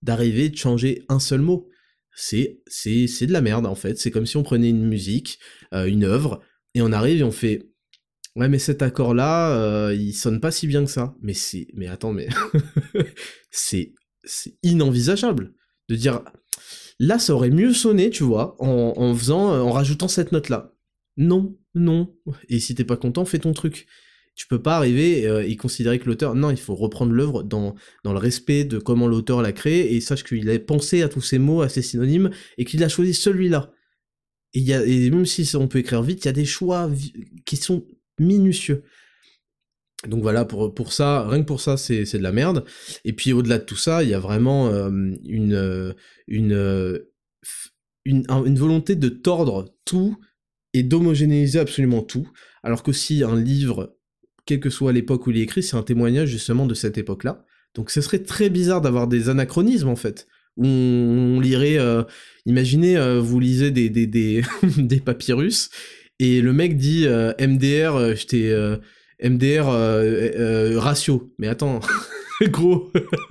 d'arriver de changer un seul mot. C'est, c'est, c'est de la merde, en fait. C'est comme si on prenait une musique, euh, une œuvre, et on arrive et on fait... Ouais, mais cet accord-là, euh, il sonne pas si bien que ça. Mais c'est... Mais attends, mais... c'est... c'est inenvisageable de dire... Là, ça aurait mieux sonné, tu vois, en, en faisant... en rajoutant cette note-là. Non, non. Et si t'es pas content, fais ton truc. Tu peux pas arriver euh, et considérer que l'auteur... Non, il faut reprendre l'œuvre dans, dans le respect de comment l'auteur l'a créé, et sache qu'il a pensé à tous ces mots, à ces synonymes, et qu'il a choisi celui-là. Et, y a, et même si on peut écrire vite, il y a des choix vi- qui sont minutieux. Donc voilà, pour, pour ça, rien que pour ça, c'est, c'est de la merde. Et puis au-delà de tout ça, il y a vraiment euh, une, une, une, une volonté de tordre tout et d'homogénéiser absolument tout, alors qu'aussi un livre, quelle que soit l'époque où il est écrit, c'est un témoignage justement de cette époque-là. Donc ce serait très bizarre d'avoir des anachronismes en fait, où on, on lirait, euh, imaginez, euh, vous lisez des, des, des, des papyrus, et le mec dit euh, M D R, euh, j'étais... Euh, M D R euh, euh, ratio. Mais attends, gros.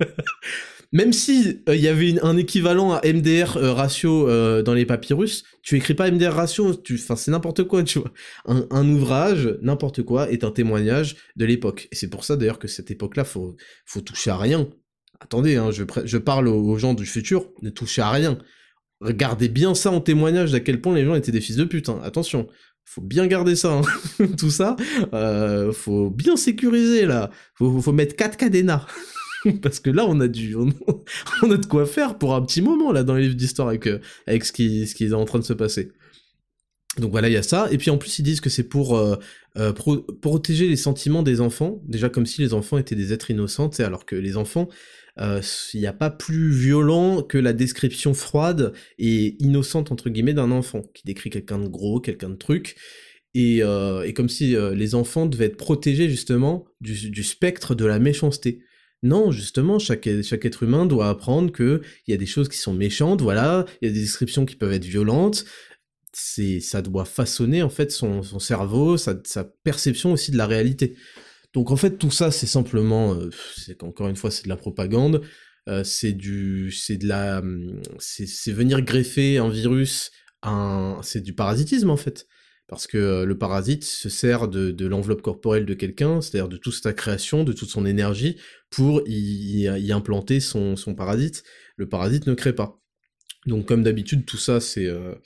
Même si il euh, y avait une, un équivalent à M D R euh, ratio euh, dans les papyrus, tu écris pas M D R ratio, tu, enfin c'est n'importe quoi, tu vois. Un, un ouvrage, n'importe quoi, est un témoignage de l'époque. Et c'est pour ça d'ailleurs que cette époque-là, faut, faut toucher à rien. Attendez, hein, je, je parle aux, aux gens du futur, ne touchez à rien. Regardez bien ça en témoignage d'à quel point les gens étaient des fils de pute, hein. Attention. Faut bien garder ça, hein. Tout ça, euh, faut bien sécuriser, là. Faut, faut mettre quatre cadenas. Parce que là, on a du, on, on a de quoi faire pour un petit moment, là, dans les livres d'histoire, avec, euh, avec ce qui, ce qui est en train de se passer. Donc voilà, il y a ça. Et puis en plus, ils disent que c'est pour euh, euh, pro- protéger les sentiments des enfants. Déjà, comme si les enfants étaient des êtres innocents, tu sais, alors que les enfants, il euh, n'y a pas plus violent que la description froide et innocente, entre guillemets, d'un enfant, qui décrit quelqu'un de gros, quelqu'un de truc, et, euh, et comme si euh, les enfants devaient être protégés, justement, du, du spectre de la méchanceté. Non, justement, chaque, chaque être humain doit apprendre qu'il y a des choses qui sont méchantes, voilà, il y a des descriptions qui peuvent être violentes, c'est, ça doit façonner, en fait, son, son cerveau, sa, sa perception aussi de la réalité. Donc en fait tout ça c'est simplement, euh, c'est qu'encore une fois c'est de la propagande, euh, c'est du, c'est de la, c'est, c'est venir greffer un virus, un, c'est du parasitisme en fait, parce que euh, le parasite se sert de, de l'enveloppe corporelle de quelqu'un, c'est-à-dire de toute sa création, de toute son énergie, pour y, y, y implanter son, son parasite. Le parasite ne crée pas. Donc comme d'habitude tout ça c'est euh,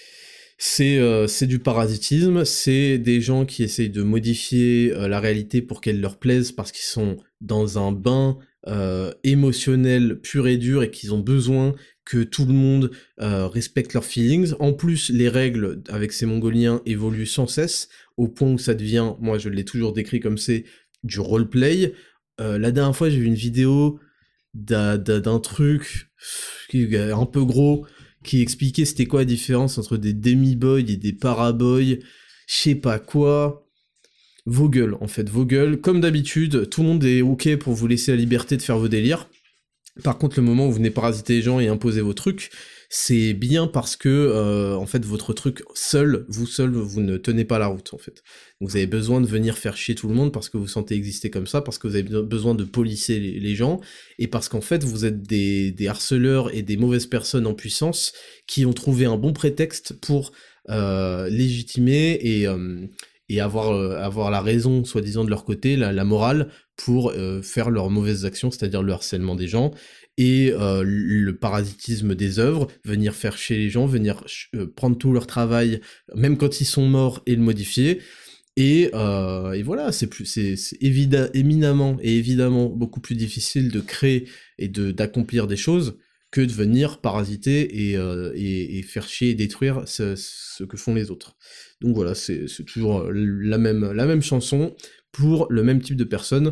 C'est, euh, c'est du parasitisme, c'est des gens qui essayent de modifier euh, la réalité pour qu'elle leur plaise parce qu'ils sont dans un bain euh, émotionnel pur et dur et qu'ils ont besoin que tout le monde euh, respecte leurs feelings. En plus, les règles avec ces Mongoliens évoluent sans cesse, au point où ça devient, moi je l'ai toujours décrit comme c'est, du roleplay. Euh, la dernière fois, j'ai vu une vidéo d'un, d'un, d'un truc qui est un peu gros, qui expliquait c'était quoi la différence entre des demi-boys et des paraboys, je sais pas quoi. Vos gueules, en fait, vos gueules. Comme d'habitude, tout le monde est ok pour vous laisser la liberté de faire vos délires. Par contre, le moment où vous venez parasiter les gens et imposer vos trucs, c'est bien parce que, euh, en fait, votre truc seul, vous seul, vous ne tenez pas la route, en fait. Donc vous avez besoin de venir faire chier tout le monde parce que vous sentez exister comme ça, parce que vous avez besoin de polisser les, les gens, et parce qu'en fait, vous êtes des, des harceleurs et des mauvaises personnes en puissance qui ont trouvé un bon prétexte pour euh, légitimer et... Euh, et avoir, euh, avoir la raison, soi-disant, de leur côté, la, la morale, pour euh, faire leurs mauvaises actions, c'est-à-dire le harcèlement des gens, et euh, le parasitisme des œuvres, venir faire chier les gens, venir euh, prendre tout leur travail, même quand ils sont morts, et le modifier, et, euh, et voilà, c'est plus, c'est, c'est évida- éminemment et évidemment beaucoup plus difficile de créer et de, d'accomplir des choses que de venir parasiter et, euh, et, et faire chier et détruire ce, ce que font les autres. Donc voilà, c'est, c'est toujours la même, la même chanson pour le même type de personnes,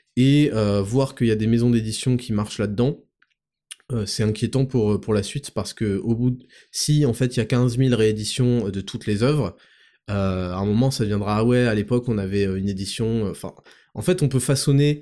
et euh, voir qu'il y a des maisons d'édition qui marchent là-dedans, euh, c'est inquiétant pour, pour la suite, parce que au bout de... si en fait il y a quinze mille rééditions de toutes les œuvres, euh, à un moment ça deviendra, ah ouais, à l'époque on avait une édition, enfin, en fait on peut façonner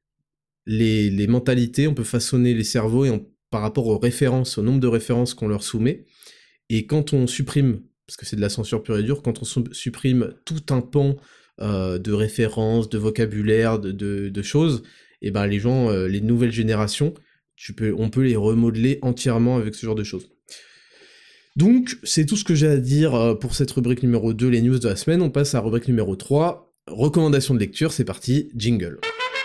les, les mentalités, on peut façonner les cerveaux, et on, par rapport aux références, au nombre de références qu'on leur soumet, et quand on supprime, parce que c'est de la censure pure et dure, quand on su- supprime tout un pan euh, de références, de vocabulaire, de, de, de choses, et ben les gens, euh, les nouvelles générations, tu peux, on peut les remodeler entièrement avec ce genre de choses. Donc, c'est tout ce que j'ai à dire pour cette rubrique numéro deux, les news de la semaine. On passe à la rubrique numéro trois, recommandations de lecture, c'est parti, jingle.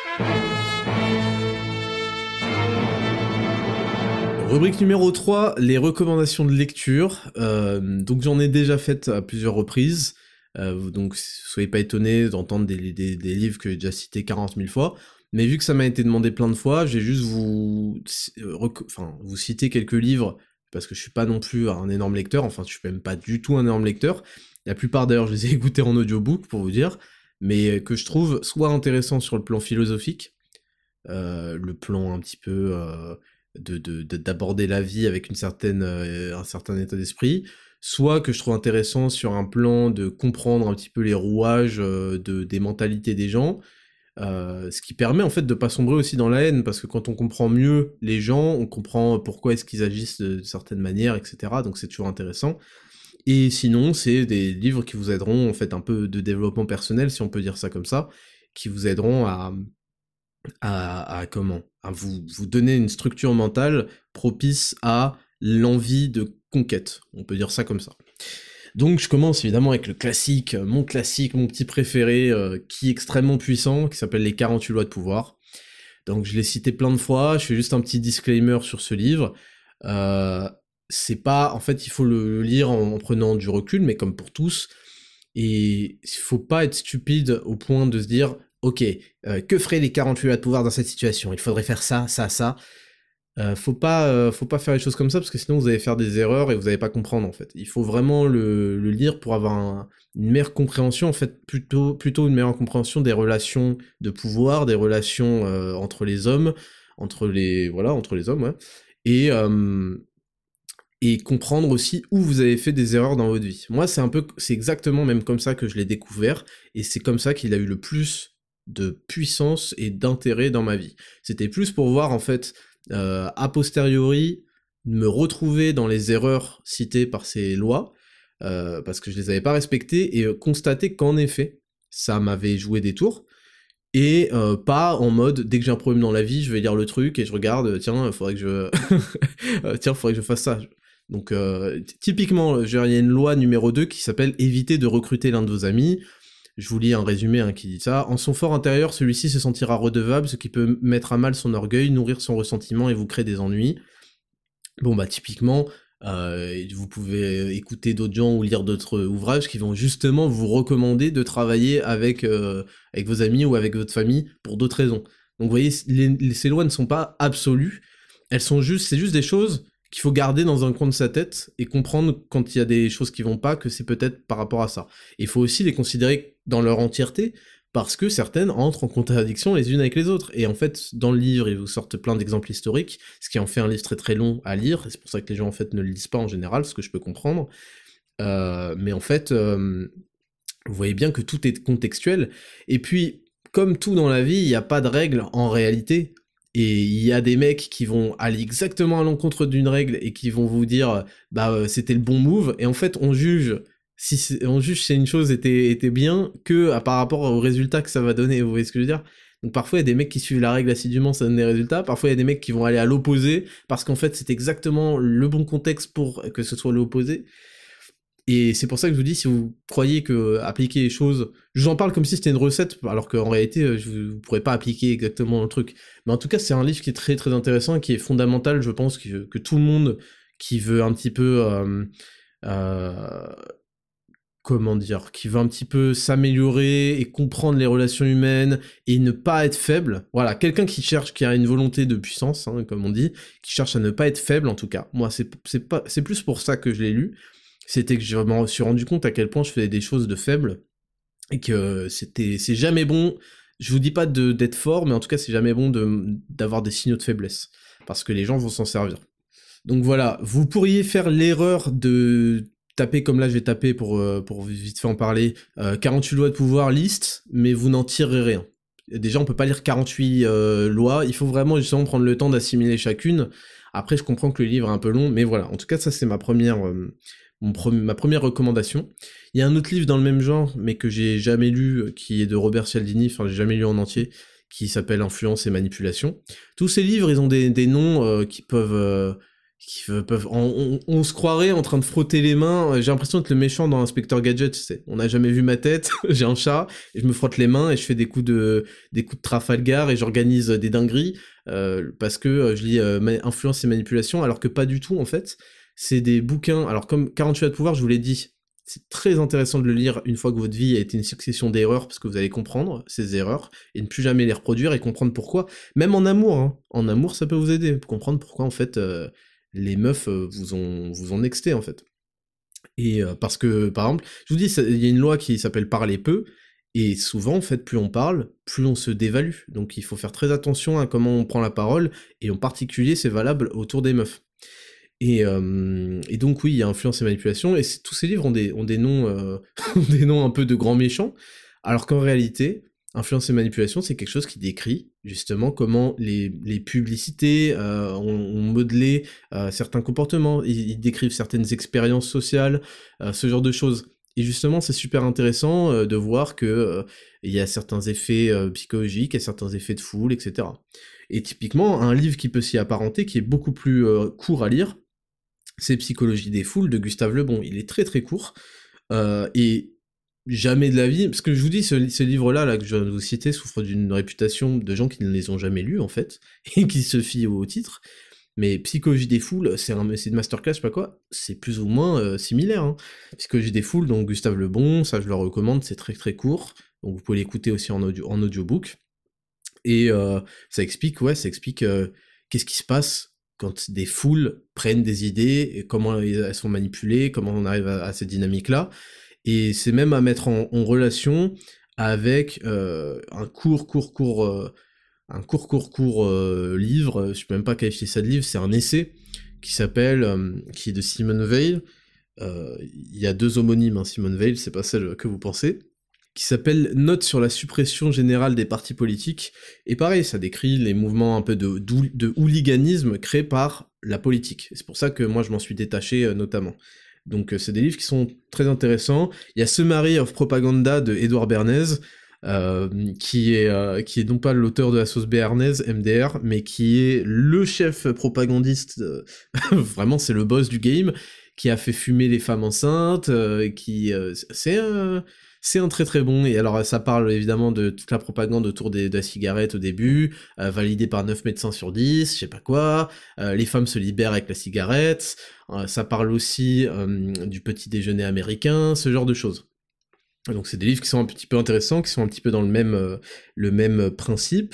Rubrique numéro trois, les recommandations de lecture. Euh, donc j'en ai déjà fait à plusieurs reprises, euh, donc soyez pas étonnés d'entendre des, des, des livres que j'ai déjà cités quarante mille fois, mais vu que ça m'a été demandé plein de fois, je vais juste vous, euh, rec- enfin, vous citer quelques livres, parce que je suis pas non plus un énorme lecteur, enfin je suis même pas du tout un énorme lecteur, la plupart d'ailleurs je les ai écoutés en audiobook pour vous dire, mais que je trouve soit intéressant sur le plan philosophique, euh, le plan un petit peu... Euh, de, de, de d'aborder la vie avec une certaine, euh, un certain état d'esprit, soit que je trouve intéressant sur un plan de comprendre un petit peu les rouages euh, de, des mentalités des gens, euh, ce qui permet en fait de pas sombrer aussi dans la haine, parce que quand on comprend mieux les gens, on comprend pourquoi est-ce qu'ils agissent de certaines manières, et cetera. Donc c'est toujours intéressant. Et sinon, c'est des livres qui vous aideront en fait un peu de développement personnel, si on peut dire ça comme ça, qui vous aideront à à, à comment à vous, vous donner une structure mentale propice à l'envie de conquête, on peut dire ça comme ça. Donc je commence évidemment avec le classique, mon classique, mon petit préféré, euh, qui est extrêmement puissant, qui s'appelle Les quarante-huit lois de pouvoir. Donc je l'ai cité plein de fois, je fais juste un petit disclaimer sur ce livre. Euh, c'est pas, en fait, il faut le lire en, en prenant du recul, mais comme pour tous, et il faut pas être stupide au point de se dire ok, euh, que feraient les quarante-huit lois de pouvoir dans cette situation? Il faudrait faire ça, ça, ça. Euh, faut pas, euh, faut pas faire les choses comme ça, parce que sinon vous allez faire des erreurs et vous allez pas comprendre, en fait. Il faut vraiment le, le lire pour avoir un, une meilleure compréhension, en fait, plutôt, plutôt une meilleure compréhension des relations de pouvoir, des relations euh, entre les hommes, entre les, voilà, entre les hommes, ouais. Et, euh, et comprendre aussi où vous avez fait des erreurs dans votre vie. Moi, c'est un peu, c'est exactement même comme ça que je l'ai découvert, et c'est comme ça qu'il a eu le plus de puissance et d'intérêt dans ma vie. C'était plus pour voir, en fait, euh, a posteriori, me retrouver dans les erreurs citées par ces lois, euh, parce que je les avais pas respectées, et euh, constater qu'en effet, ça m'avait joué des tours, et euh, pas en mode, dès que j'ai un problème dans la vie, je vais lire le truc, et je regarde, tiens, il faudrait que je... tiens, faudrait que je fasse ça. Donc, euh, typiquement, il y a une loi numéro deux qui s'appelle « Éviter de recruter l'un de vos amis ». Je vous lis un résumé hein, qui dit ça. « En son fort intérieur, celui-ci se sentira redevable, ce qui peut mettre à mal son orgueil, nourrir son ressentiment et vous créer des ennuis. » Bon, bah, typiquement, euh, vous pouvez écouter d'autres gens ou lire d'autres ouvrages qui vont justement vous recommander de travailler avec, euh, avec vos amis ou avec votre famille pour d'autres raisons. Donc, vous voyez, les, les, ces lois ne sont pas absolues, elles sont juste, c'est juste des choses qu'il faut garder dans un coin de sa tête et comprendre quand il y a des choses qui vont pas, que c'est peut-être par rapport à ça. Il faut aussi les considérer dans leur entièreté, parce que certaines entrent en contradiction les unes avec les autres. Et en fait, dans le livre, ils vous sortent plein d'exemples historiques, ce qui en fait un livre très très long à lire, et c'est pour ça que les gens en fait ne le lisent pas en général, ce que je peux comprendre. Euh, mais en fait, euh, vous voyez bien que tout est contextuel, et puis, comme tout dans la vie, il n'y a pas de règle en réalité. Et il y a des mecs qui vont aller exactement à l'encontre d'une règle et qui vont vous dire bah euh, c'était le bon move, et en fait on juge si on juge si une chose était, était bien que à, par rapport au résultat que ça va donner, vous voyez ce que je veux dire? Donc parfois il y a des mecs qui suivent la règle assidûment, ça donne des résultats, parfois il y a des mecs qui vont aller à l'opposé parce qu'en fait c'est exactement le bon contexte pour que ce soit l'opposé. Et c'est pour ça que je vous dis, si vous croyez que appliquer les choses... Je vous en parle comme si c'était une recette, alors qu'en réalité, je, vous ne pourrez pas appliquer exactement le truc. Mais en tout cas, c'est un livre qui est très très intéressant et qui est fondamental, je pense, que, que tout le monde qui veut un petit peu... Euh, euh, comment dire, qui veut un petit peu s'améliorer et comprendre les relations humaines et ne pas être faible. Voilà, quelqu'un qui cherche, qui a une volonté de puissance, hein, comme on dit, qui cherche à ne pas être faible, en tout cas. Moi, c'est, c'est, pas, c'est plus pour ça que je l'ai lu. C'était que je me suis rendu compte à quel point je faisais des choses de faible, et que c'était, c'est jamais bon, je vous dis pas de, d'être fort, mais en tout cas c'est jamais bon de, d'avoir des signaux de faiblesse, parce que les gens vont s'en servir. Donc voilà, vous pourriez faire l'erreur de taper comme là je vais taper pour, pour vite fait en parler, euh, quarante-huit lois de pouvoir liste, mais vous n'en tirerez rien. Déjà on peut pas lire quarante-huit euh, lois, il faut vraiment justement prendre le temps d'assimiler chacune. Après je comprends que le livre est un peu long, mais voilà, en tout cas ça c'est ma première... Euh, Mon pre- ma première recommandation. Il y a un autre livre dans le même genre, mais que j'ai jamais lu, qui est de Robert Cialdini, enfin j'ai jamais lu en entier, qui s'appelle Influence et manipulation. Tous ces livres, ils ont des, des noms euh, qui peuvent... Euh, qui peuvent on, on, on se croirait en train de frotter les mains. J'ai l'impression d'être le méchant dans Inspecteur Gadget, tu sais. On n'a jamais vu ma tête, j'ai un chat, et je me frotte les mains, et je fais des coups de, des coups de Trafalgar, et j'organise des dingueries, euh, parce que je lis euh, Influence et manipulation, alors que pas du tout, en fait. C'est des bouquins, alors comme quarante-huit heures de pouvoir, je vous l'ai dit, c'est très intéressant de le lire une fois que votre vie a été une succession d'erreurs, parce que vous allez comprendre ces erreurs, et ne plus jamais les reproduire, et comprendre pourquoi. Même en amour, hein. En amour, ça peut vous aider, pour comprendre pourquoi, en fait... Euh, les meufs euh, vous ont vous ont nexté en fait. Et euh, parce que par exemple, je vous dis, il y a une loi qui s'appelle parler peu, et souvent en fait plus on parle, plus on se dévalue. Donc il faut faire très attention à comment on prend la parole, et en particulier c'est valable autour des meufs. Et, euh, et donc oui, il y a influence et manipulation, et tous ces livres ont des, ont des noms euh, des noms un peu de grands méchants, alors qu'en réalité, influence et manipulation, c'est quelque chose qui décrit justement comment les, les publicités euh, ont, ont modelé euh, certains comportements, ils, ils décrivent certaines expériences sociales, euh, ce genre de choses. Et justement, c'est super intéressant euh, de voir que euh, il y a certains effets euh, psychologiques, il y a certains effets de foule, et cetera. Et typiquement, un livre qui peut s'y apparenter, qui est beaucoup plus euh, court à lire, c'est Psychologie des foules de Gustave Le Bon. Il est très très court, euh, et jamais de la vie, parce que je vous dis, ce, ce livre-là, là, que je viens de vous citer, souffre d'une réputation de gens qui ne les ont jamais lus, en fait, et qui se fient au titre, mais Psychologie des foules, c'est un, c'est une masterclass, je sais pas quoi, c'est plus ou moins euh, similaire, hein. Psychologie des foules, donc Gustave Le Bon, ça je le recommande, c'est très très court, donc vous pouvez l'écouter aussi en, audio, en audiobook, et euh, ça explique, ouais, ça explique euh, qu'est-ce qui se passe quand des foules prennent des idées, et comment elles sont manipulées, comment on arrive à, à cette dynamique-là, et c'est même à mettre en, en relation avec euh, un court, court, court, euh, un court, court, court euh, livre, je peux même pas qualifier ça de livre, c'est un essai qui s'appelle, euh, qui est de Simone Weil, euh, il y a deux homonymes, hein, Simone Weil, c'est pas celle que vous pensez, qui s'appelle Note sur la suppression générale des partis politiques, et pareil, ça décrit les mouvements un peu de, de hooliganisme créés par la politique, c'est pour ça que moi je m'en suis détaché euh, notamment. Donc euh, c'est des livres qui sont très intéressants. Il y a Summary of Propaganda de Edouard Bernays, euh, qui est euh, qui est non pas l'auteur de la sauce béarnaise, M D R, mais qui est le chef propagandiste, euh, vraiment c'est le boss du game, qui a fait fumer les femmes enceintes, euh, qui euh, c'est euh, c'est un très très bon, et alors ça parle évidemment de toute la propagande autour des, de la cigarette au début, euh, validée par neuf médecins sur dix, je sais pas quoi, euh, les femmes se libèrent avec la cigarette, euh, ça parle aussi euh, du petit déjeuner américain, ce genre de choses. Donc c'est des livres qui sont un petit peu intéressants, qui sont un petit peu dans le même, euh, le même principe.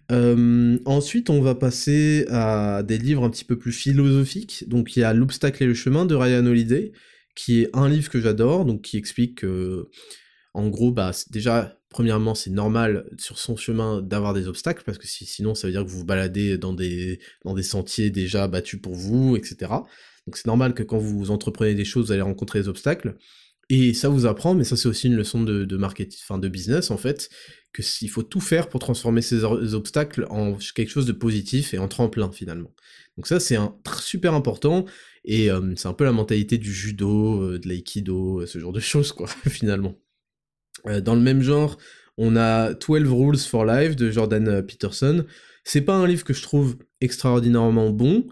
Euh, ensuite, on va passer à des livres un petit peu plus philosophiques. Donc il y a L'obstacle et le chemin de Ryan Holiday, qui est un livre que j'adore, donc qui explique que, en gros, bah déjà, premièrement, c'est normal sur son chemin d'avoir des obstacles, parce que si, sinon ça veut dire que vous vous baladez dans des, dans des sentiers déjà battus pour vous, et cetera. Donc c'est normal que quand vous entreprenez des choses, vous allez rencontrer des obstacles. Et ça vous apprend, mais ça c'est aussi une leçon de, de marketing, enfin de business en fait, que il faut tout faire pour transformer ces obstacles en quelque chose de positif et en tremplin finalement. Donc ça c'est un super important, et euh, c'est un peu la mentalité du judo, euh, de l'aïkido, ce genre de choses quoi, finalement. Euh, dans le même genre, on a twelve Rules for Life de Jordan Peterson. C'est pas un livre que je trouve extraordinairement bon,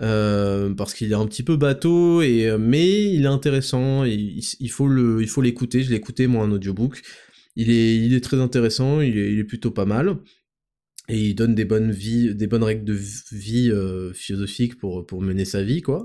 Euh, parce qu'il est un petit peu bateau, et mais il est intéressant, et il, il faut le, il faut l'écouter. Je l'ai écouté moi en audiobook. Il est, il est très intéressant, il est, il est plutôt pas mal, et il donne des bonnes vies, des bonnes règles de vie euh, philosophiques pour pour mener sa vie quoi.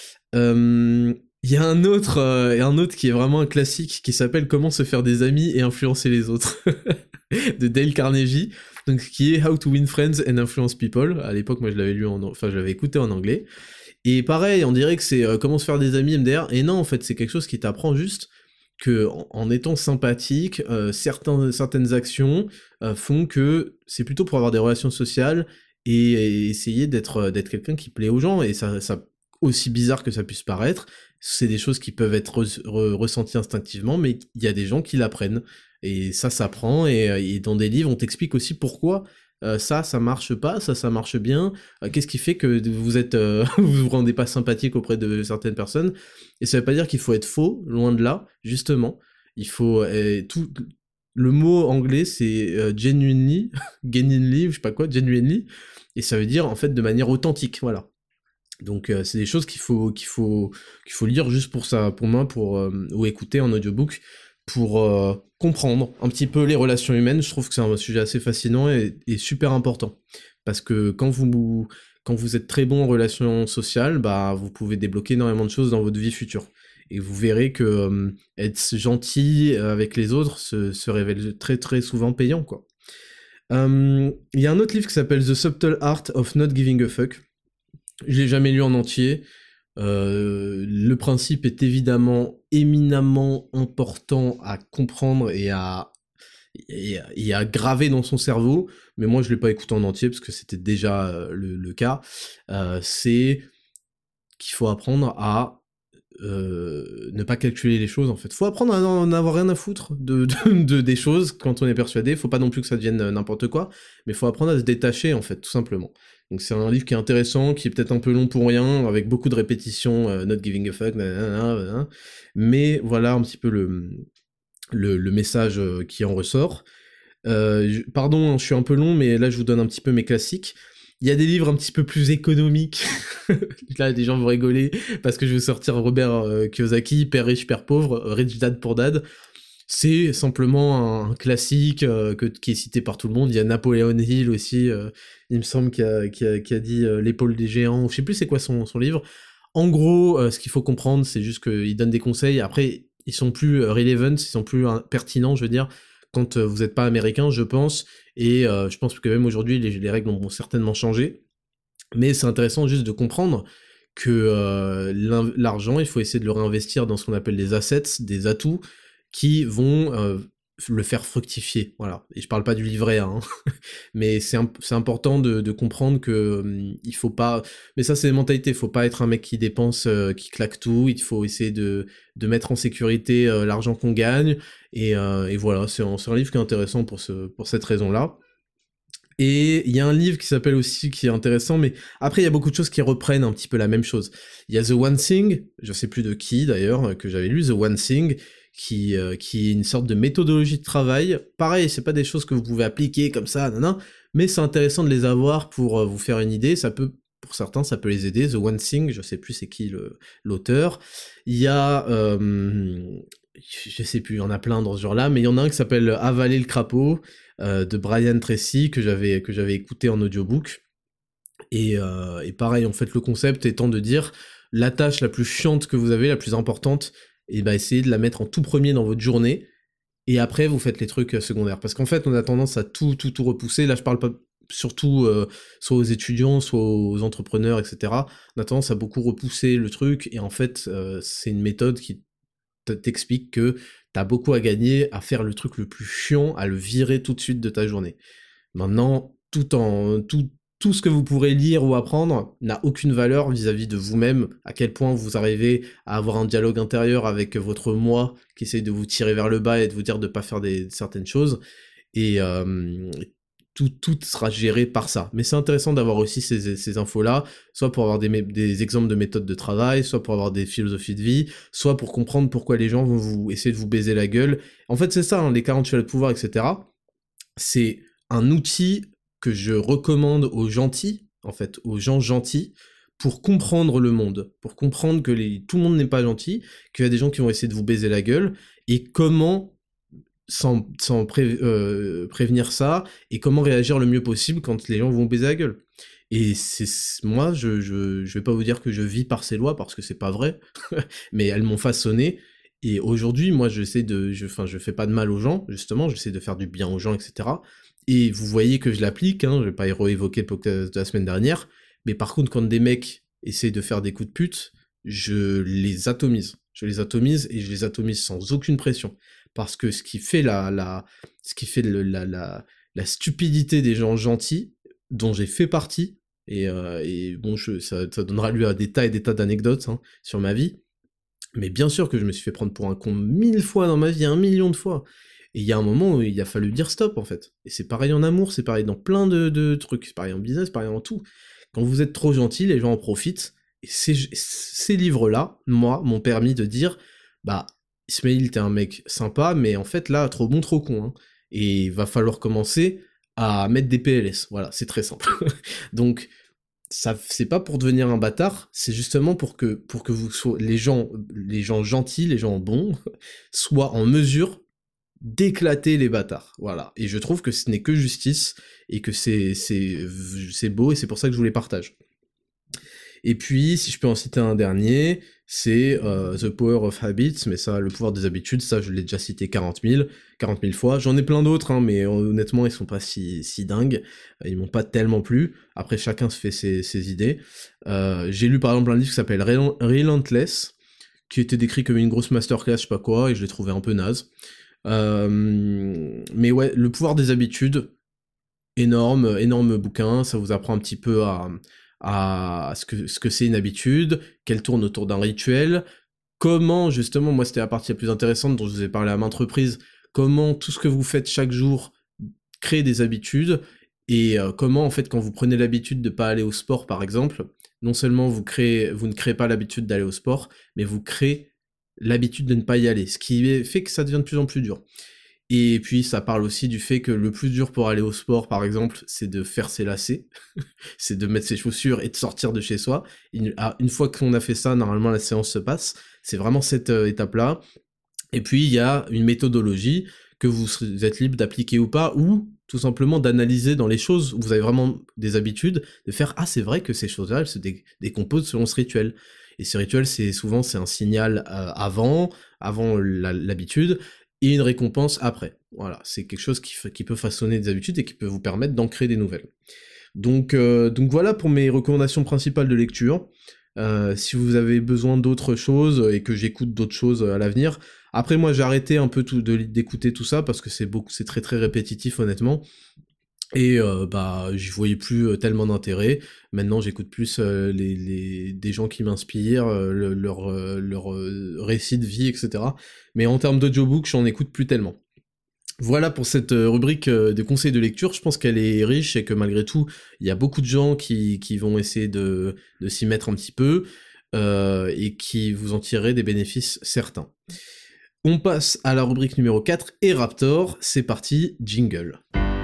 Euh, Il y a un autre, euh, un autre qui est vraiment un classique qui s'appelle Comment se faire des amis et influencer les autres de Dale Carnegie. Donc qui est How to Win Friends and Influence People. À l'époque, moi je l'avais lu en, enfin je l'avais écouté en anglais. Et pareil, on dirait que c'est euh, comment se faire des amis M D R. Et non, en fait, c'est quelque chose qui t'apprend juste que en, en étant sympathique, euh, certains, certaines actions euh, font que c'est plutôt pour avoir des relations sociales et, et essayer d'être d'être quelqu'un qui plaît aux gens. Et ça, ça aussi bizarre que ça puisse paraître, c'est des choses qui peuvent être re- re- ressenties instinctivement, mais il y a des gens qui l'apprennent. Et ça s'apprend, et, et dans des livres, on t'explique aussi pourquoi euh, ça, ça marche pas, ça, ça marche bien, euh, qu'est-ce qui fait que vous êtes, euh, vous vous rendez pas sympathique auprès de certaines personnes, et ça veut pas dire qu'il faut être faux, loin de là, justement, il faut, euh, tout, Le mot anglais, c'est euh, genuinely, genuinely, je sais pas quoi, genuinely, et ça veut dire, en fait, de manière authentique, voilà. Donc, euh, c'est des choses qu'il faut, qu'il faut, qu'il faut lire juste pour ça, pour moi, pour, euh, ou écouter en audiobook, pour euh, comprendre un petit peu les relations humaines. Je trouve que c'est un sujet assez fascinant et, et super important. Parce que quand vous, quand vous êtes très bon en relations sociales, bah, vous pouvez débloquer énormément de choses dans votre vie future. Et vous verrez que euh, être gentil avec les autres se, se révèle très très souvent payant, quoi. Il euh, y a un autre livre qui s'appelle The Subtle Art of Not Giving a Fuck. Je l'ai jamais lu en entier. Euh, le principe est évidemment éminemment important à comprendre et à, et, et à graver dans son cerveau, mais moi je l'ai pas écouté en entier parce que c'était déjà euh, le, le cas. Euh, c'est qu'il faut apprendre à euh, ne pas calculer les choses en fait. Faut apprendre à n'en avoir rien à foutre de, de, de des choses quand on est persuadé. Faut pas non plus que ça devienne n'importe quoi, mais faut apprendre à se détacher en fait, tout simplement. Donc c'est un livre qui est intéressant, qui est peut-être un peu long pour rien, avec beaucoup de répétitions, euh, not giving a fuck, nanana, nanana, mais voilà un petit peu le, le, le message qui en ressort. Euh, je, pardon, je suis un peu long, mais là je vous donne un petit peu mes classiques. Il y a des livres un petit peu plus économiques. Là, des gens vont rigoler parce que je vais sortir Robert euh, Kiyosaki, Père riche, Père pauvre, Rich Dad Poor Dad. C'est simplement un classique euh, que, qui est cité par tout le monde. Il y a Napoléon Hill aussi, euh, il me semble, qui a, qui a, qui a dit euh, l'épaule des géants. Je sais plus c'est quoi son, son livre. En gros, euh, ce qu'il faut comprendre, c'est juste qu'il donne des conseils. Après, ils sont plus euh, relevant, ils sont plus euh, pertinents, je veux dire, quand euh, vous n'êtes pas américain, je pense. Et euh, je pense que même aujourd'hui, les, les règles ont certainement changé. Mais c'est intéressant juste de comprendre que euh, l'argent, il faut essayer de le réinvestir dans ce qu'on appelle des assets, des atouts, qui vont euh, le faire fructifier, voilà. Et je parle pas du livret A, hein. Mais c'est imp important de, de comprendre que hum, il faut pas... Mais ça, c'est des mentalités, il faut pas être un mec qui dépense, euh, qui claque tout, il faut essayer de, de mettre en sécurité euh, l'argent qu'on gagne, et, euh, et voilà, c'est un, un livre qui est intéressant pour, ce, pour cette raison-là. Et il y a un livre qui s'appelle aussi, qui est intéressant, mais après il y a beaucoup de choses qui reprennent un petit peu la même chose. Il y a The One Thing, je sais plus de qui d'ailleurs, que j'avais lu, The One Thing, qui, euh, qui est une sorte de méthodologie de travail. Pareil, c'est pas des choses que vous pouvez appliquer comme ça, nanana, mais c'est intéressant de les avoir pour euh, vous faire une idée, ça peut, pour certains, ça peut les aider. The One Thing, je sais plus c'est qui l'auteur. Il y a... Euh, je sais plus, il y en a plein dans ce genre-là, mais il y en a un qui s'appelle Avaler le crapaud, euh, de Brian Tracy, que j'avais que j'avais écouté en audiobook. Et, euh, et pareil, en fait, le concept étant de dire la tâche la plus chiante que vous avez, la plus importante, et bah essayez de la mettre en tout premier dans votre journée, et après vous faites les trucs secondaires. Parce qu'en fait, on a tendance à tout, tout, tout repousser. Là, je parle pas surtout euh, soit aux étudiants, soit aux entrepreneurs, et cetera. On a tendance à beaucoup repousser le truc, et en fait, euh, c'est une méthode qui t'explique que t'as beaucoup à gagner à faire le truc le plus chiant, à le virer tout de suite de ta journée. Maintenant, tout en tout, tout ce que vous pourrez lire ou apprendre n'a aucune valeur vis-à-vis de vous-même, à quel point vous arrivez à avoir un dialogue intérieur avec votre moi qui essaye de vous tirer vers le bas et de vous dire de pas faire des, certaines choses, et euh, tout, tout sera géré par ça. Mais c'est intéressant d'avoir aussi ces, ces infos-là, soit pour avoir des, des exemples de méthodes de travail, soit pour avoir des philosophies de vie, soit pour comprendre pourquoi les gens vont vous essayer de vous baiser la gueule. En fait, c'est ça, hein, les quarante chevaliers de pouvoir, et cetera. C'est un outil que je recommande aux gentils, en fait, aux gens gentils, pour comprendre le monde, pour comprendre que les, tout le monde n'est pas gentil, qu'il y a des gens qui vont essayer de vous baiser la gueule, et comment... sans, sans pré, euh, prévenir ça, et comment réagir le mieux possible quand les gens vont baiser la gueule. Et c'est moi, je, je, je vais pas vous dire que je vis par ces lois, parce que c'est pas vrai, mais elles m'ont façonné, et aujourd'hui, moi, j'essaie de... Je, enfin, je fais pas de mal aux gens, justement, j'essaie de faire du bien aux gens, et cetera. Et vous voyez que je l'applique, hein, je vais pas réévoquer le podcast de la semaine dernière, mais par contre, quand des mecs essaient de faire des coups de pute, je les atomise. Je les atomise, et je les atomise sans aucune pression. Parce que ce qui fait la, la, ce qui fait le, la, la, la stupidité des gens gentils, dont j'ai fait partie, et, euh, et bon, je, ça, ça donnera lieu à des tas et des tas d'anecdotes hein, sur ma vie, mais bien sûr que je me suis fait prendre pour un con mille fois dans ma vie, un million de fois, et il y a un moment où il a fallu dire stop, en fait. Et c'est pareil en amour, c'est pareil dans plein de, de trucs, c'est pareil en business, c'est pareil en tout. Quand vous êtes trop gentil, les gens en profitent, et ces, ces livres-là, moi, m'ont permis de dire, bah, Ismail, t'es un mec sympa, mais en fait, là, trop bon, trop con, hein. Et il va falloir commencer à mettre des P L S. Voilà, c'est très simple. Donc, ça, c'est pas pour devenir un bâtard, c'est justement pour que, pour que vous soyez, les gens, les gens gentils, les gens bons, soient en mesure d'éclater les bâtards. Voilà. Et je trouve que ce n'est que justice, et que c'est, c'est, c'est beau, et c'est pour ça que je vous les partage. Et puis, si je peux en citer un dernier, c'est euh, The Power of Habits, mais ça, le pouvoir des habitudes, ça, je l'ai déjà cité quarante mille fois. J'en ai plein d'autres, hein, mais honnêtement, ils sont pas si, si dingues. Ils m'ont pas tellement plu. Après, chacun se fait ses, ses idées. Euh, j'ai lu, par exemple, un livre qui s'appelle Relentless, qui était décrit comme une grosse masterclass, je sais pas quoi, et je l'ai trouvé un peu naze. Euh, mais ouais, le pouvoir des habitudes, énorme, énorme bouquin, ça vous apprend un petit peu à... à ce que ce que c'est une habitude, qu'elle tourne autour d'un rituel, comment justement, moi c'était la partie la plus intéressante dont je vous ai parlé à maintes reprises, comment tout ce que vous faites chaque jour crée des habitudes, et euh, comment en fait quand vous prenez l'habitude de pas aller au sport par exemple, non seulement vous créez, vous ne créez pas l'habitude d'aller au sport, mais vous créez l'habitude de ne pas y aller, ce qui fait que ça devient de plus en plus dur. Et puis ça parle aussi du fait que le plus dur pour aller au sport, par exemple, c'est de faire ses lacets, c'est de mettre ses chaussures et de sortir de chez soi. Une, ah, une fois qu'on a fait ça, normalement la séance se passe. C'est vraiment cette euh, étape-là. Et puis il y a une méthodologie que vous êtes libre d'appliquer ou pas, ou tout simplement d'analyser dans les choses où vous avez vraiment des habitudes, de faire « Ah, c'est vrai que ces choses-là, elles se dé- décomposent selon ce rituel ». Et ce rituel, c'est souvent c'est un signal euh, avant, avant la- l'habitude, et une récompense après. Voilà, c'est quelque chose qui, qui peut façonner des habitudes et qui peut vous permettre d'en créer des nouvelles. Donc, euh, donc voilà pour mes recommandations principales de lecture. Euh, si vous avez besoin d'autres choses et que j'écoute d'autres choses à l'avenir. Après moi j'ai arrêté un peu tout, de, d'écouter tout ça parce que c'est beaucoup, c'est très très répétitif honnêtement. Et euh, bah j'y voyais plus tellement d'intérêt. Maintenant j'écoute plus euh, les, les des gens qui m'inspirent, euh, le, leur euh, leur euh, récit de vie, et cetera. Mais en termes d'audiobook, j'en écoute plus tellement. Voilà pour cette rubrique de conseils de lecture, je pense qu'elle est riche et que malgré tout, il y a beaucoup de gens qui, qui vont essayer de, de s'y mettre un petit peu euh, et qui vous en tirerez des bénéfices certains. On passe à la rubrique numéro quatre, et Raptor, c'est parti, jingle.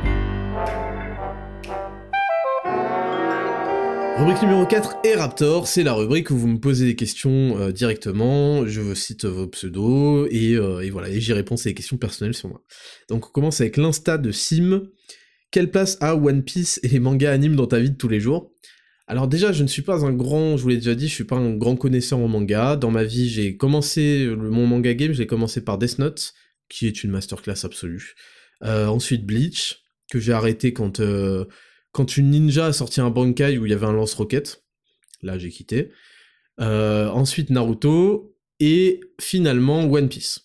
Rubrique numéro quatre, et Raptor, c'est la rubrique où vous me posez des questions euh, directement, je vous cite vos pseudos, et, euh, et voilà, et j'y réponds à des questions personnelles sur moi. Donc on commence avec l'insta de Sim. Quelle place a One Piece et les mangas animes dans ta vie de tous les jours? Alors déjà, je ne suis pas un grand, je vous l'ai déjà dit, je suis pas un grand connaisseur en manga. Dans ma vie, j'ai commencé, mon manga game, j'ai commencé par Death Note, qui est une masterclass absolue. Euh, ensuite Bleach, que j'ai arrêté quand... Euh, Quand une ninja a sorti un Bankai où il y avait un lance-roquette, là j'ai quitté. Euh, ensuite Naruto, et finalement One Piece.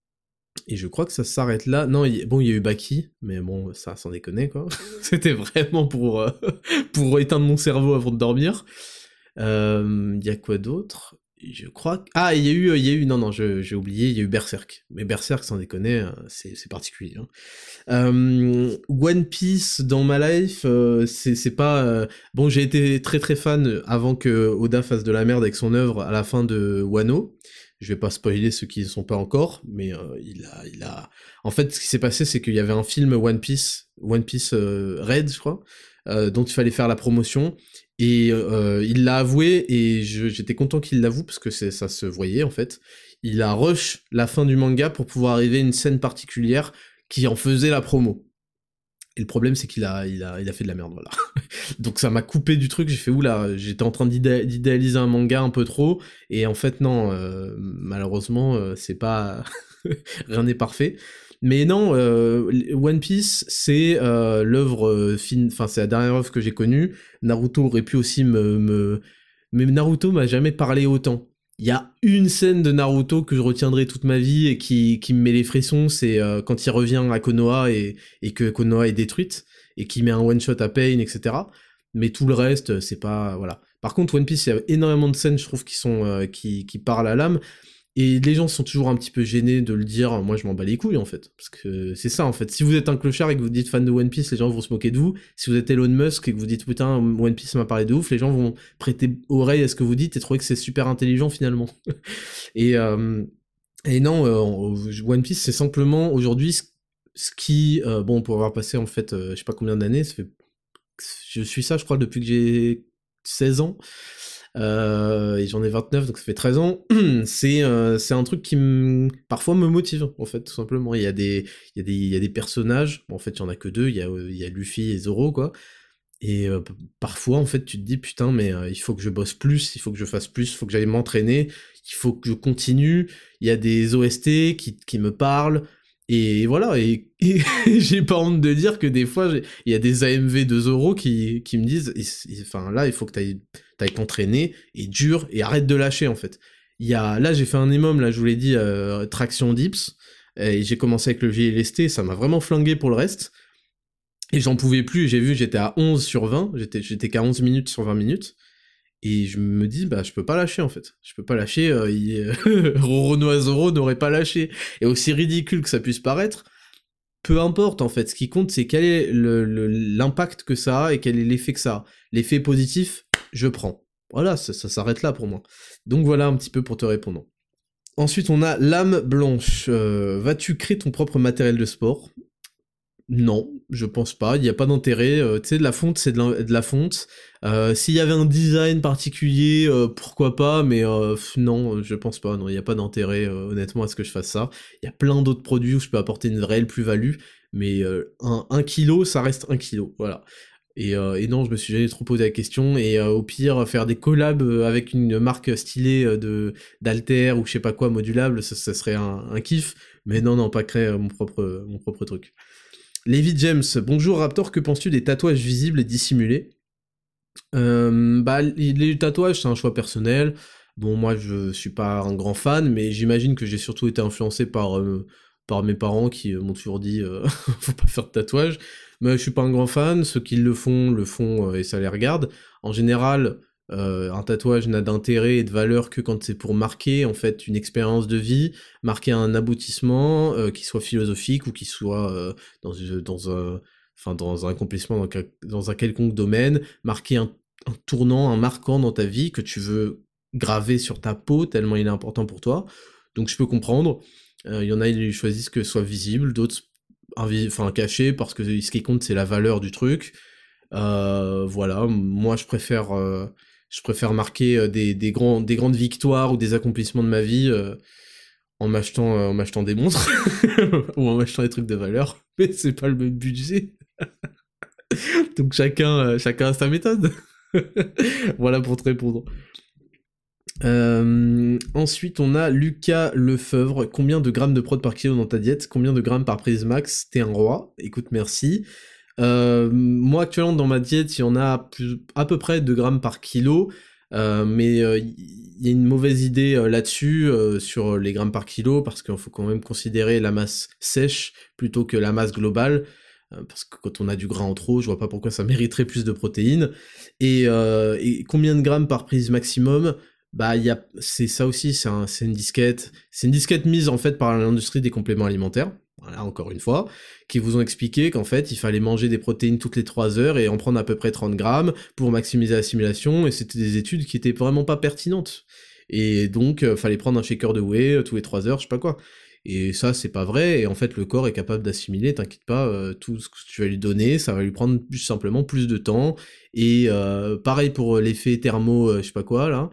Et je crois que ça s'arrête là. Non, y... bon, il y a eu Baki, mais bon, ça, sans déconner, quoi. C'était vraiment pour, euh, pour éteindre mon cerveau avant de dormir. Il euh, y a quoi d'autre? Je crois que... Ah, il y a eu, il y a eu, non, non, je, j'ai oublié, il y a eu Berserk. Mais Berserk, sans déconner, c'est, c'est particulier. Hein. Euh, One Piece, dans ma life, euh, c'est, c'est pas... Euh... Bon, j'ai été très très fan avant que Oda fasse de la merde avec son œuvre à la fin de Wano. Je vais pas spoiler ceux qui ne sont pas encore, mais euh, il a, il a... En fait, ce qui s'est passé, c'est qu'il y avait un film One Piece, One Piece euh, Red, je crois, euh, dont il fallait faire la promotion, et euh, il l'a avoué, et je, j'étais content qu'il l'avoue, parce que c'est, ça se voyait, en fait. Il a rush la fin du manga pour pouvoir arriver à une scène particulière qui en faisait la promo. Et le problème, c'est qu'il a, il a, il a fait de la merde, voilà. Donc ça m'a coupé du truc, j'ai fait, oula, j'étais en train d'idé- d'idéaliser un manga un peu trop, et en fait, non, euh, malheureusement, euh, c'est pas... rien n'est parfait. Mais non, euh, One Piece, c'est euh, l'œuvre euh, fine, enfin c'est la dernière œuvre que j'ai connue. Naruto aurait pu aussi me, me... mais Naruto m'a jamais parlé autant. Il y a une scène de Naruto que je retiendrai toute ma vie et qui, qui me met les frissons, c'est euh, quand il revient à Konoha et, et que Konoha est détruite, et qui met un one-shot à Pain, et cetera. Mais tout le reste, c'est pas... voilà. Par contre, One Piece, il y a énormément de scènes, je trouve, qui sont euh, qui, qui parlent à l'âme. Et les gens sont toujours un petit peu gênés de le dire, moi je m'en bats les couilles en fait, parce que c'est ça en fait, si vous êtes un clochard et que vous dites fan de One Piece, les gens vont se moquer de vous, si vous êtes Elon Musk et que vous dites putain One Piece m'a parlé de ouf, les gens vont prêter oreille à ce que vous dites et trouver que c'est super intelligent finalement. et, euh, Et non, euh, One Piece, c'est simplement aujourd'hui ce, ce qui, euh, bon, pour avoir passé en fait, euh, je sais pas combien d'années, ça fait, je suis ça, je crois, depuis que j'ai seize ans, euh, et j'en ai vingt-neuf, donc ça fait treize ans. c'est, euh, c'est un truc qui me, parfois me motive, en fait, tout simplement. Il y a des, il y a des, il y a des personnages, bon, en fait, il y en a que deux, il y a, il y a Luffy et Zoro, quoi. Et euh, p- parfois, en fait, tu te dis, putain, mais euh, il faut que je bosse plus, il faut que je fasse plus, il faut que j'aille m'entraîner, il faut que je continue. Il y a des O S T qui, qui me parlent. Et voilà, et, et j'ai pas honte de dire que des fois, j'ai- il y a des A M V de Zoro qui, qui me disent, il- il- enfin là, il faut que t'ailles t'ailles t'entraîner, et dur, et arrête de lâcher, en fait. Il y a, là, j'ai fait un émum, là, je vous l'ai dit, euh, traction dips, et j'ai commencé avec le G L S T, ça m'a vraiment flingué pour le reste. Et j'en pouvais plus, j'ai vu, j'étais à onze sur vingt, j'étais, j'étais qu'à onze minutes sur vingt minutes, et je me dis, bah, je peux pas lâcher, en fait. Je peux pas lâcher, euh, il... Roronoa Zoro n'aurait pas lâché. Et aussi ridicule que ça puisse paraître, peu importe, en fait. Ce qui compte, c'est quel est le, le- l'impact que ça a et quel est l'effet que ça a. L'effet positif, je prends. Voilà, ça, ça s'arrête là pour moi. Donc voilà un petit peu pour te répondre. Ensuite, on a l'âme blanche. Euh, vas-tu créer ton propre matériel de sport? Non, je pense pas, il n'y a pas d'intérêt, euh, tu sais, de la fonte, c'est de la, de la fonte. Euh, s'il y avait un design particulier, euh, pourquoi pas, mais euh, pff, non, je pense pas, non, il n'y a pas d'intérêt, euh, honnêtement, à ce que je fasse ça. Il y a plein d'autres produits où je peux apporter une réelle plus-value, mais euh, un, un kilo, ça reste un kilo, voilà. Et, euh, et non, je me suis jamais trop posé la question, et euh, au pire, faire des collabs euh, avec une marque stylée euh, de d'haltères ou je sais pas quoi, modulable, ça, ça serait un, un kiff, mais non, non, pas créer euh, mon propre, mon propre truc. Levi James, bonjour Raptor, que penses-tu des tatouages visibles et dissimulés? Euh, bah, les tatouages, c'est un choix personnel. Bon, moi, je suis pas un grand fan, mais j'imagine que j'ai surtout été influencé par, euh, par mes parents qui euh, m'ont toujours dit euh, faut pas faire de tatouage. Mais je suis pas un grand fan, ceux qui le font, le font euh, et ça les regarde. En général, euh, un tatouage n'a d'intérêt et de valeur que quand c'est pour marquer en fait une expérience de vie, marquer un aboutissement, euh, qui soit philosophique ou qui soit euh, dans, dans un, enfin, dans un accomplissement dans, quel- dans un quelconque domaine, marquer un un tournant, un marquant dans ta vie que tu veux graver sur ta peau tellement il est important pour toi. Donc je peux comprendre. Il euh, y en a, ils choisissent que ce soit visible, d'autres invi- enfin caché parce que ce qui compte c'est la valeur du truc. Euh, voilà, moi je préfère euh, je préfère marquer euh, des, des, grands, des grandes victoires ou des accomplissements de ma vie euh, en m'achetant euh, en m'achetant des montres ou en m'achetant des trucs de valeur, mais c'est pas le même budget. Donc chacun euh, chacun a sa méthode. Voilà pour te répondre. Euh, ensuite, on a Lucas Lefebvre. Combien de grammes de prod par kilo dans ta diète? Combien de grammes par prise max? T'es un roi. Écoute, merci. Euh, moi, actuellement, dans ma diète, il y en a plus, à peu près deux grammes par kilo. Euh, mais il euh, y a une mauvaise idée euh, là-dessus, euh, sur les grammes par kilo, parce qu'il faut quand même considérer la masse sèche plutôt que la masse globale. Euh, parce que quand on a du gras en trop, je vois pas pourquoi ça mériterait plus de protéines. Et, euh, et combien de grammes par prise maximum? Bah, il y a, c'est ça aussi, c'est un, c'est une disquette. C'est une disquette mise en fait par l'industrie des compléments alimentaires. Voilà, encore une fois, qui vous ont expliqué qu'en fait, il fallait manger des protéines toutes les trois heures et en prendre à peu près trente grammes pour maximiser l'assimilation, et c'était des études qui étaient vraiment pas pertinentes. Et donc, euh, fallait prendre un shaker de whey euh, tous les trois heures, je sais pas quoi. Et ça, c'est pas vrai, et en fait, le corps est capable d'assimiler, t'inquiète pas, euh, tout ce que tu vas lui donner, ça va lui prendre plus simplement plus de temps, et euh, pareil pour l'effet thermo, euh, je sais pas quoi, là,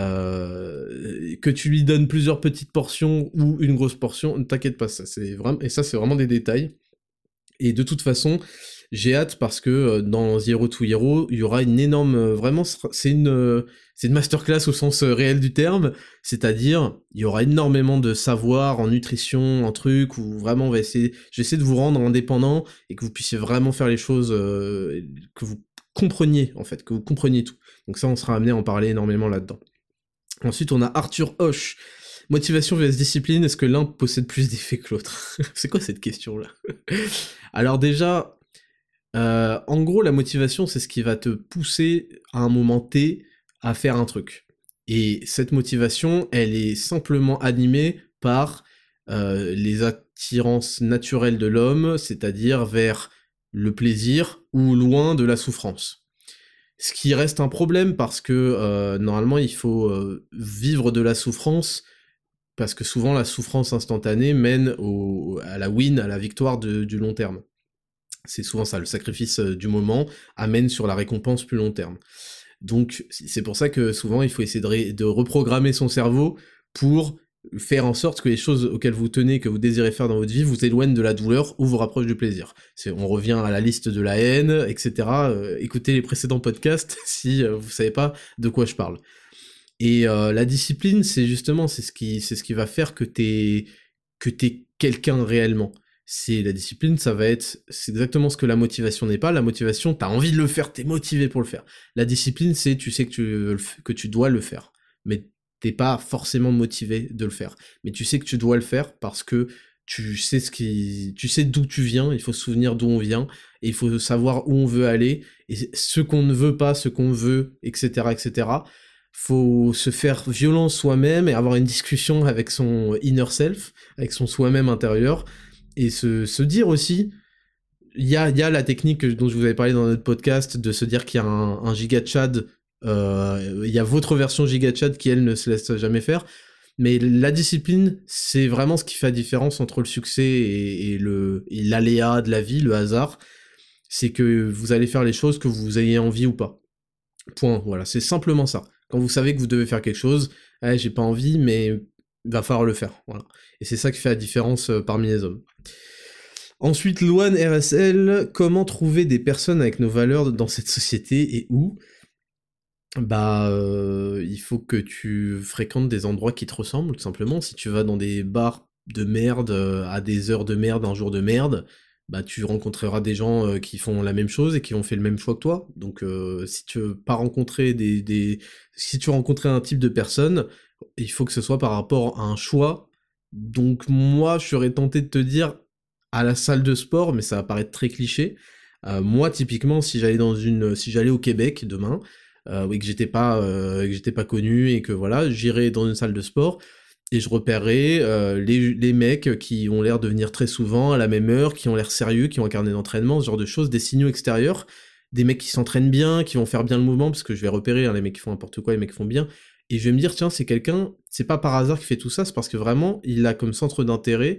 euh, que tu lui donnes plusieurs petites portions ou une grosse portion, ne t'inquiète pas, ça c'est vraiment, et ça c'est vraiment des détails. Et de toute façon, j'ai hâte parce que euh, dans Zero to Hero, il y aura une énorme, euh, vraiment, c'est une, euh, c'est une masterclass au sens euh, réel du terme, c'est-à-dire, il y aura énormément de savoir en nutrition, en trucs, où vraiment on va essayer, j'essaie de vous rendre indépendant et que vous puissiez vraiment faire les choses, euh, que vous compreniez, en fait, que vous compreniez tout. Donc ça, on sera amené à en parler énormément là-dedans. Ensuite, on a Arthur Hoche. Motivation vs discipline, est-ce que l'un possède plus d'effets que l'autre? C'est quoi cette question-là? Alors déjà, euh, en gros, la motivation, c'est ce qui va te pousser à un moment T à faire un truc. Et cette motivation, elle est simplement animée par euh, les attirances naturelles de l'homme, c'est-à-dire vers le plaisir ou loin de la souffrance. Ce qui reste un problème parce que euh, normalement il faut euh, vivre de la souffrance parce que souvent la souffrance instantanée mène au, à la win, à la victoire de, du long terme. C'est souvent ça, le sacrifice du moment amène sur la récompense plus long terme. Donc c'est pour ça que souvent il faut essayer de, ré, de reprogrammer son cerveau pour faire en sorte que les choses auxquelles vous tenez, que vous désirez faire dans votre vie, vous éloignent de la douleur ou vous rapprochent du plaisir. C'est, on revient à la liste de la haine, et cetera. Euh, écoutez les précédents podcasts si euh, vous savez pas de quoi je parle. Et euh, la discipline, c'est justement, c'est ce qui, c'est ce qui va faire que t'es, que t'es quelqu'un réellement. C'est la discipline, ça va être, c'est exactement ce que la motivation n'est pas. La motivation, t'as envie de le faire, t'es motivé pour le faire. La discipline, c'est tu sais que tu, que tu dois le faire, mais t'es pas forcément motivé de le faire. Mais tu sais que tu dois le faire parce que tu sais ce qui, tu sais d'où tu viens, il faut se souvenir d'où on vient, et il faut savoir où on veut aller, et ce qu'on ne veut pas, ce qu'on veut, et cetera, et cetera. Faut se faire violence soi-même et avoir une discussion avec son inner self, avec son soi-même intérieur, et se, se dire aussi, il y a, y a la technique dont je vous avais parlé dans notre podcast, de se dire qu'il y a un, un giga Chad, euh, il y a votre version giga Chad qui elle ne se laisse jamais faire, mais la discipline, c'est vraiment ce qui fait la différence entre le succès et, et le, et l'aléa de la vie, le hasard, c'est que vous allez faire les choses que vous ayez envie ou pas. Point, voilà, c'est simplement ça. Quand vous savez que vous devez faire quelque chose, eh, j'ai pas envie, mais il va falloir le faire, voilà. Et c'est ça qui fait la différence euh, parmi les hommes. Ensuite, Loan R S L, comment trouver des personnes avec nos valeurs dans cette société et où ? Bah, euh, il faut que tu fréquentes des endroits qui te ressemblent, tout simplement. Si tu vas dans des bars de merde, euh, à des heures de merde, un jour de merde, bah tu rencontreras des gens euh, qui font la même chose et qui ont fait le même choix que toi. Donc euh, si tu veux pas rencontrer des, des... Si tu veux rencontrer un type de personne, il faut que ce soit par rapport à un choix. Donc moi, je serais tenté de te dire à la salle de sport, mais ça va paraître très cliché. Euh, moi, typiquement, si j'allais dans une... Si j'allais au Québec demain, euh, et que j'étais pas, euh, que j'étais pas connu, et que voilà, j'irais dans une salle de sport, et je repérerai euh, les, les mecs qui ont l'air de venir très souvent à la même heure, qui ont l'air sérieux, qui ont un carnet d'entraînement, ce genre de choses, des signaux extérieurs, des mecs qui s'entraînent bien, qui vont faire bien le mouvement, parce que je vais repérer hein, les mecs qui font n'importe quoi, les mecs qui font bien, et je vais me dire, tiens, c'est quelqu'un, c'est pas par hasard qu'il fait tout ça, c'est parce que vraiment, il a comme centre d'intérêt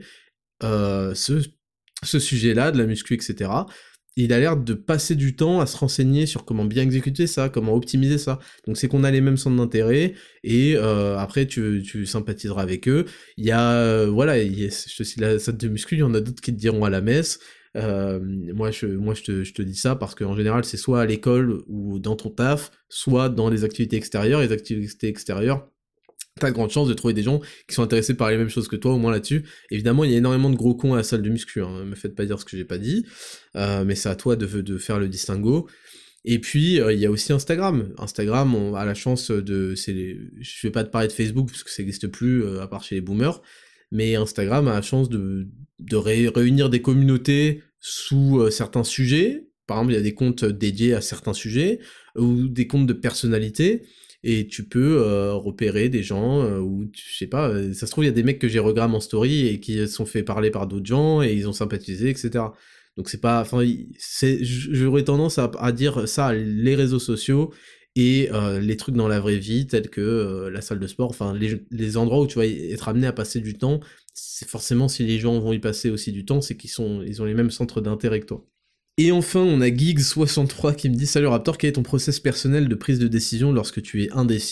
euh, ce, ce sujet-là, de la muscu, et cetera, il a l'air de passer du temps à se renseigner sur comment bien exécuter ça, comment optimiser ça. Donc c'est qu'on a les mêmes centres d'intérêt, et euh, après tu, tu sympathiseras avec eux. Il y a, euh, voilà, il y a, je te cite la salle de muscu, il y en a d'autres qui te diront à la messe. Euh, moi, je, moi je, te, je te dis ça parce qu'en général c'est soit à l'école ou dans ton taf, soit dans les activités extérieures. Les activités extérieures, t'as de grandes chances de trouver des gens qui sont intéressés par les mêmes choses que toi, au moins là-dessus. Évidemment, il y a énormément de gros cons à la salle de muscu, hein, me faites pas dire ce que j'ai pas dit, euh, mais c'est à toi de, de faire le distinguo. Et puis, euh, il y a aussi Instagram. Instagram, on a la chance de... C'est les, je vais pas te parler de Facebook, parce que ça n'existe plus, euh, à part chez les boomers, mais Instagram a la chance de, de ré, réunir des communautés sous euh, certains sujets. Par exemple, il y a des comptes dédiés à certains sujets, ou des comptes de personnalités, et tu peux euh, repérer des gens euh, où, je sais pas, euh, ça se trouve, il y a des mecs que j'ai regramme en story et qui se sont fait parler par d'autres gens et ils ont sympathisé, et cetera. Donc c'est pas... Enfin, c'est, j'aurais tendance à, à dire ça, les réseaux sociaux et euh, les trucs dans la vraie vie, tels que euh, la salle de sport, enfin, les, les endroits où tu vas être amené à passer du temps, c'est forcément, si les gens vont y passer aussi du temps, c'est qu'ils sont, ils ont les mêmes centres d'intérêt que toi. Et enfin, on a Gigs soixante-trois qui me dit « Salut Raptor, quel est ton process personnel de prise de décision lorsque tu es indécis ?»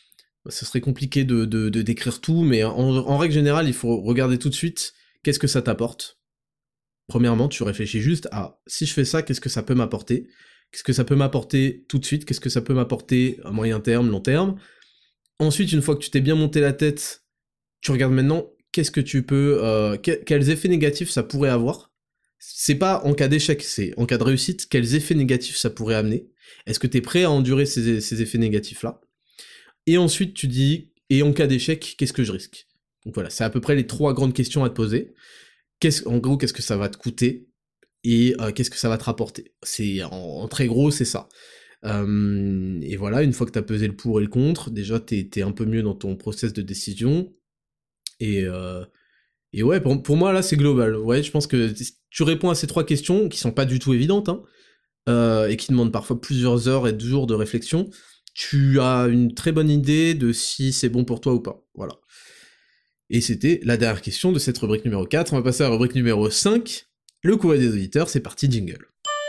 Ce serait compliqué de, de, de décrire tout, mais en, en règle générale, il faut regarder tout de suite qu'est-ce que ça t'apporte. Premièrement, tu réfléchis juste à « Si je fais ça, qu'est-ce que ça peut m'apporter ? Qu'est-ce que ça peut m'apporter tout de suite ? Qu'est-ce que ça peut m'apporter à moyen terme, long terme ?» Ensuite, une fois que tu t'es bien monté la tête, tu regardes maintenant qu'est-ce que tu peux... Euh, que, quels effets négatifs ça pourrait avoir. C'est pas en cas d'échec, c'est en cas de réussite, quels effets négatifs ça pourrait amener. Est-ce que t'es prêt à endurer ces, ces effets négatifs-là ? Et ensuite, tu dis, et en cas d'échec, qu'est-ce que je risque ? Donc voilà, c'est à peu près les trois grandes questions à te poser. Qu'est-ce, en gros, qu'est-ce que ça va te coûter ? Et euh, qu'est-ce que ça va te rapporter ? C'est, en, en très gros, c'est ça. Euh, et voilà, une fois que t'as pesé le pour et le contre, déjà, t'es, t'es un peu mieux dans ton process de décision. Et... Euh, Et ouais, pour, pour moi, là, c'est global. Ouais, je pense que tu réponds à ces trois questions, qui sont pas du tout évidentes, hein, euh, et qui demandent parfois plusieurs heures et jours de réflexion, tu as une très bonne idée de si c'est bon pour toi ou pas. Voilà. Et c'était la dernière question de cette rubrique numéro quatre, on va passer à la rubrique numéro cinq, le courrier des auditeurs, c'est parti, jingle.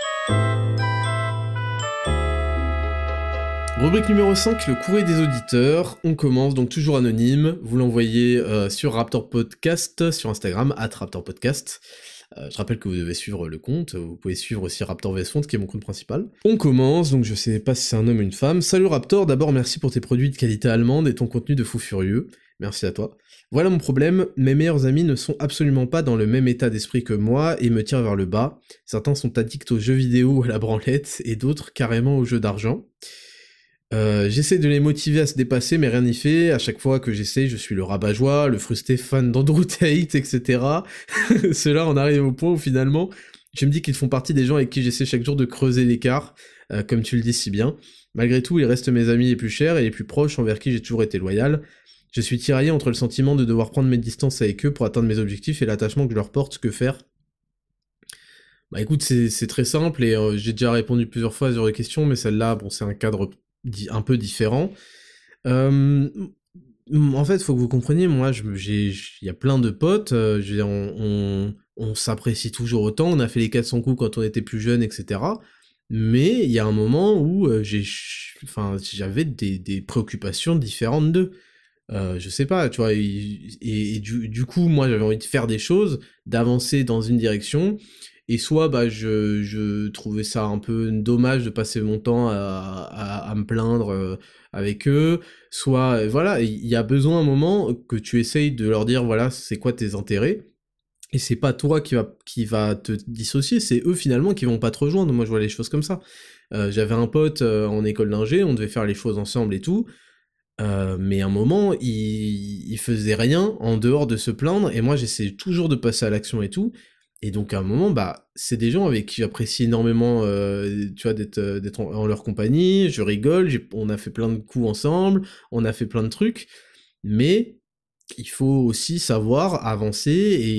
Rubrique numéro cinq, le courrier des auditeurs, on commence donc toujours anonyme, vous l'envoyez euh, sur Raptor Podcast, sur Instagram, at Raptor Podcast. Euh, je rappelle que vous devez suivre le compte, vous pouvez suivre aussi Raptor V S Font qui est mon compte principal. On commence, donc je sais pas si c'est un homme ou une femme. Salut Raptor, d'abord merci pour tes produits de qualité allemande et ton contenu de fou furieux, merci à toi. Voilà mon problème, mes meilleurs amis ne sont absolument pas dans le même état d'esprit que moi et me tirent vers le bas. Certains sont addicts aux jeux vidéo ou à la branlette, et d'autres carrément aux jeux d'argent. Euh, j'essaie de les motiver à se dépasser, mais rien n'y fait. À chaque fois que j'essaie, je suis le rabat-joie, le frustré fan d'Andrew Tate, et cetera. Cela en arrive au point où finalement, je me dis qu'ils font partie des gens avec qui j'essaie chaque jour de creuser l'écart, euh, comme tu le dis si bien. Malgré tout, ils restent mes amis les plus chers et les plus proches envers qui j'ai toujours été loyal. Je suis tiraillé entre le sentiment de devoir prendre mes distances avec eux pour atteindre mes objectifs et l'attachement que je leur porte. Que faire ? Bah écoute, c'est, c'est très simple et euh, j'ai déjà répondu plusieurs fois sur les questions, mais celle-là, bon, c'est un cadre un peu différent. Euh, en fait, faut que vous compreniez, moi, je, j'ai, il y a plein de potes, euh, je veux dire, on, on, on s'apprécie toujours autant, on a fait les quatre cents coups quand on était plus jeune, et cetera. Mais il y a un moment où euh, j'ai, enfin, j'avais des, des préoccupations différentes d'eux. Euh, je sais pas, tu vois, et, et, et du, du coup, moi, j'avais envie de faire des choses, d'avancer dans une direction, et soit, bah, je, je trouvais ça un peu dommage de passer mon temps à, à, à me plaindre euh, avec eux, soit, euh, voilà, il y a besoin à un moment que tu essayes de leur dire, voilà, c'est quoi tes intérêts, et c'est pas toi qui va, qui va te dissocier, c'est eux, finalement, qui vont pas te rejoindre. Moi, je vois les choses comme ça. Euh, j'avais un pote euh, en école d'ingé, on devait faire les choses ensemble et tout, Euh, mais à un moment, il, il faisait rien en dehors de se plaindre, et moi j'essayais toujours de passer à l'action et tout, et donc à un moment, bah, c'est des gens avec qui j'apprécie énormément, euh, tu vois, d'être, euh, d'être en, en leur compagnie, je rigole, j'ai, on a fait plein de coups ensemble, on a fait plein de trucs, mais il faut aussi savoir avancer,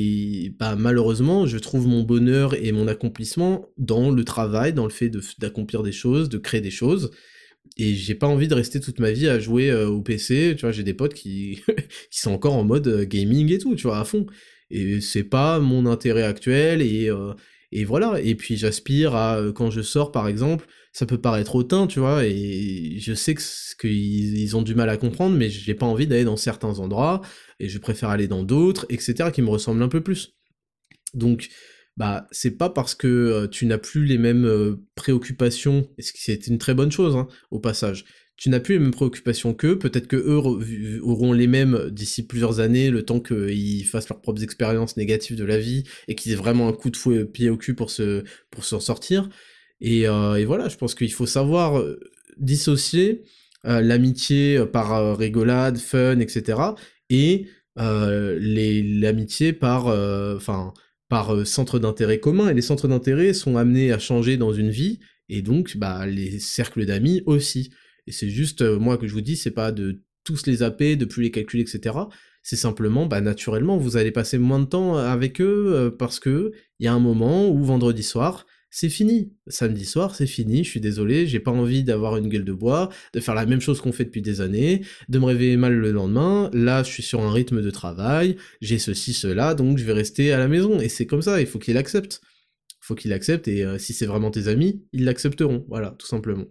et bah, malheureusement, je trouve mon bonheur et mon accomplissement dans le travail, dans le fait de, d'accomplir des choses, de créer des choses, et j'ai pas envie de rester toute ma vie à jouer euh, au P C, tu vois, j'ai des potes qui, qui sont encore en mode euh, gaming et tout, tu vois, à fond. Et c'est pas mon intérêt actuel, et, euh, et voilà. Et puis j'aspire à, euh, quand je sors par exemple, ça peut paraître hautain, tu vois, et je sais que, qu'ils ils ont du mal à comprendre, mais j'ai pas envie d'aller dans certains endroits, et je préfère aller dans d'autres, et cetera, qui me ressemblent un peu plus. Donc, bah, c'est pas parce que euh, tu n'as plus les mêmes euh, préoccupations, et ce qui c'est une très bonne chose, hein, au passage, tu n'as plus les mêmes préoccupations qu'eux, peut-être que eux re- auront les mêmes d'ici plusieurs années, le temps qu'ils fassent leurs propres expériences négatives de la vie, et qu'ils aient vraiment un coup de fouet pied au cul pour se pour s'en sortir, et, euh, et voilà, je pense qu'il faut savoir euh, dissocier euh, l'amitié par euh, rigolade, fun, et cetera, et euh, les, l'amitié par... enfin... Euh, par euh, centre d'intérêt commun, et les centres d'intérêt sont amenés à changer dans une vie, et donc bah les cercles d'amis aussi. Et c'est juste, euh, moi que je vous dis, c'est pas de tous les zapper, de plus les calculer, et cetera. C'est simplement, bah naturellement, vous allez passer moins de temps avec eux, euh, parce que il y a un moment où vendredi soir, c'est fini. Samedi soir, c'est fini, je suis désolé, j'ai pas envie d'avoir une gueule de bois, de faire la même chose qu'on fait depuis des années, de me réveiller mal le lendemain, là je suis sur un rythme de travail, j'ai ceci, cela, donc je vais rester à la maison, et c'est comme ça, il faut qu'il accepte. Il faut qu'il accepte, et euh, si c'est vraiment tes amis, ils l'accepteront, voilà, tout simplement.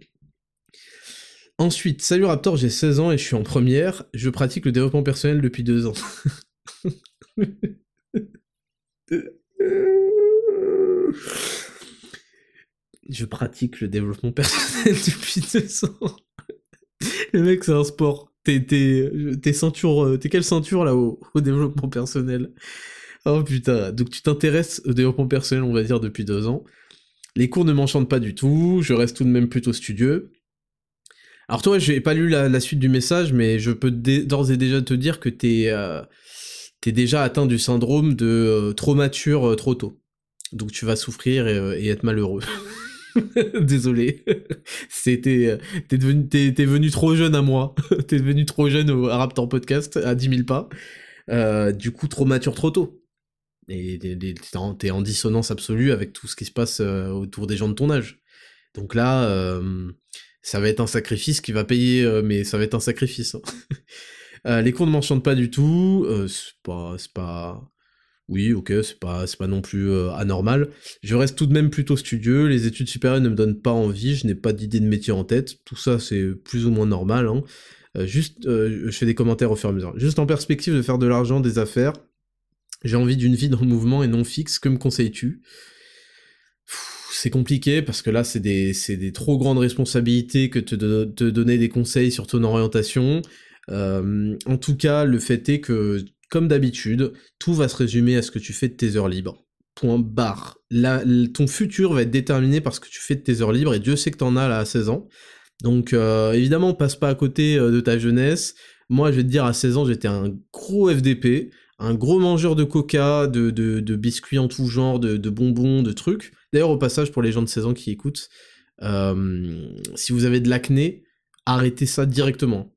Ensuite, salut Raptor, j'ai seize ans et je suis en première, je pratique le développement personnel depuis deux ans. Je pratique le développement personnel depuis deux ans. Le mec, c'est un sport. T'es, t'es, t'es ceinture, t'es quelle ceinture là au, au développement personnel? Oh putain, donc tu t'intéresses au développement personnel, on va dire, depuis deux ans. Les cours ne m'enchantent pas du tout, je reste tout de même plutôt studieux. Alors toi, j'ai pas lu la, la suite du message, mais je peux dé- d'ores et déjà te dire que t'es, euh, t'es déjà atteint du syndrome de euh, trop mature euh, trop tôt. Donc tu vas souffrir et, euh, et être malheureux. Désolé. C'était, t'es devenu, t'es, t'es venu trop jeune à moi. T'es devenu trop jeune au à Raptor Podcast, à dix mille pas. Euh, du coup, trop mature trop tôt. Et t'es en, t'es en dissonance absolue avec tout ce qui se passe euh, autour des gens de ton âge. Donc là, euh, ça va être un sacrifice qui va payer, euh, mais ça va être un sacrifice. Hein. Euh, les cours ne m'enchantent pas du tout, euh, c'est pas... c'est pas... Oui, ok, c'est pas, c'est pas non plus euh, anormal. Je reste tout de même plutôt studieux, les études supérieures ne me donnent pas envie, je n'ai pas d'idée de métier en tête, tout ça c'est plus ou moins normal, hein. Euh, juste, euh, je fais des commentaires au fur et à mesure. Juste en perspective de faire de l'argent, des affaires, j'ai envie d'une vie dans le mouvement et non fixe, que me conseilles-tu? Pff, C'est compliqué parce que là c'est des, c'est des trop grandes responsabilités que te, de- te donner des conseils sur ton orientation. Euh, en tout cas, le fait est que, comme d'habitude, tout va se résumer à ce que tu fais de tes heures libres. Point barre. Là, l- ton futur va être déterminé par ce que tu fais de tes heures libres, et Dieu sait que t'en as là à seize ans. Donc euh, évidemment, passe pas à côté euh, de ta jeunesse. Moi, je vais te dire, à seize ans, j'étais un gros F D P, un gros mangeur de coca, de, de, de biscuits en tout genre, de, de bonbons, de trucs. D'ailleurs, au passage, pour les gens de seize ans qui écoutent, euh, si vous avez de l'acné, arrêtez ça directement.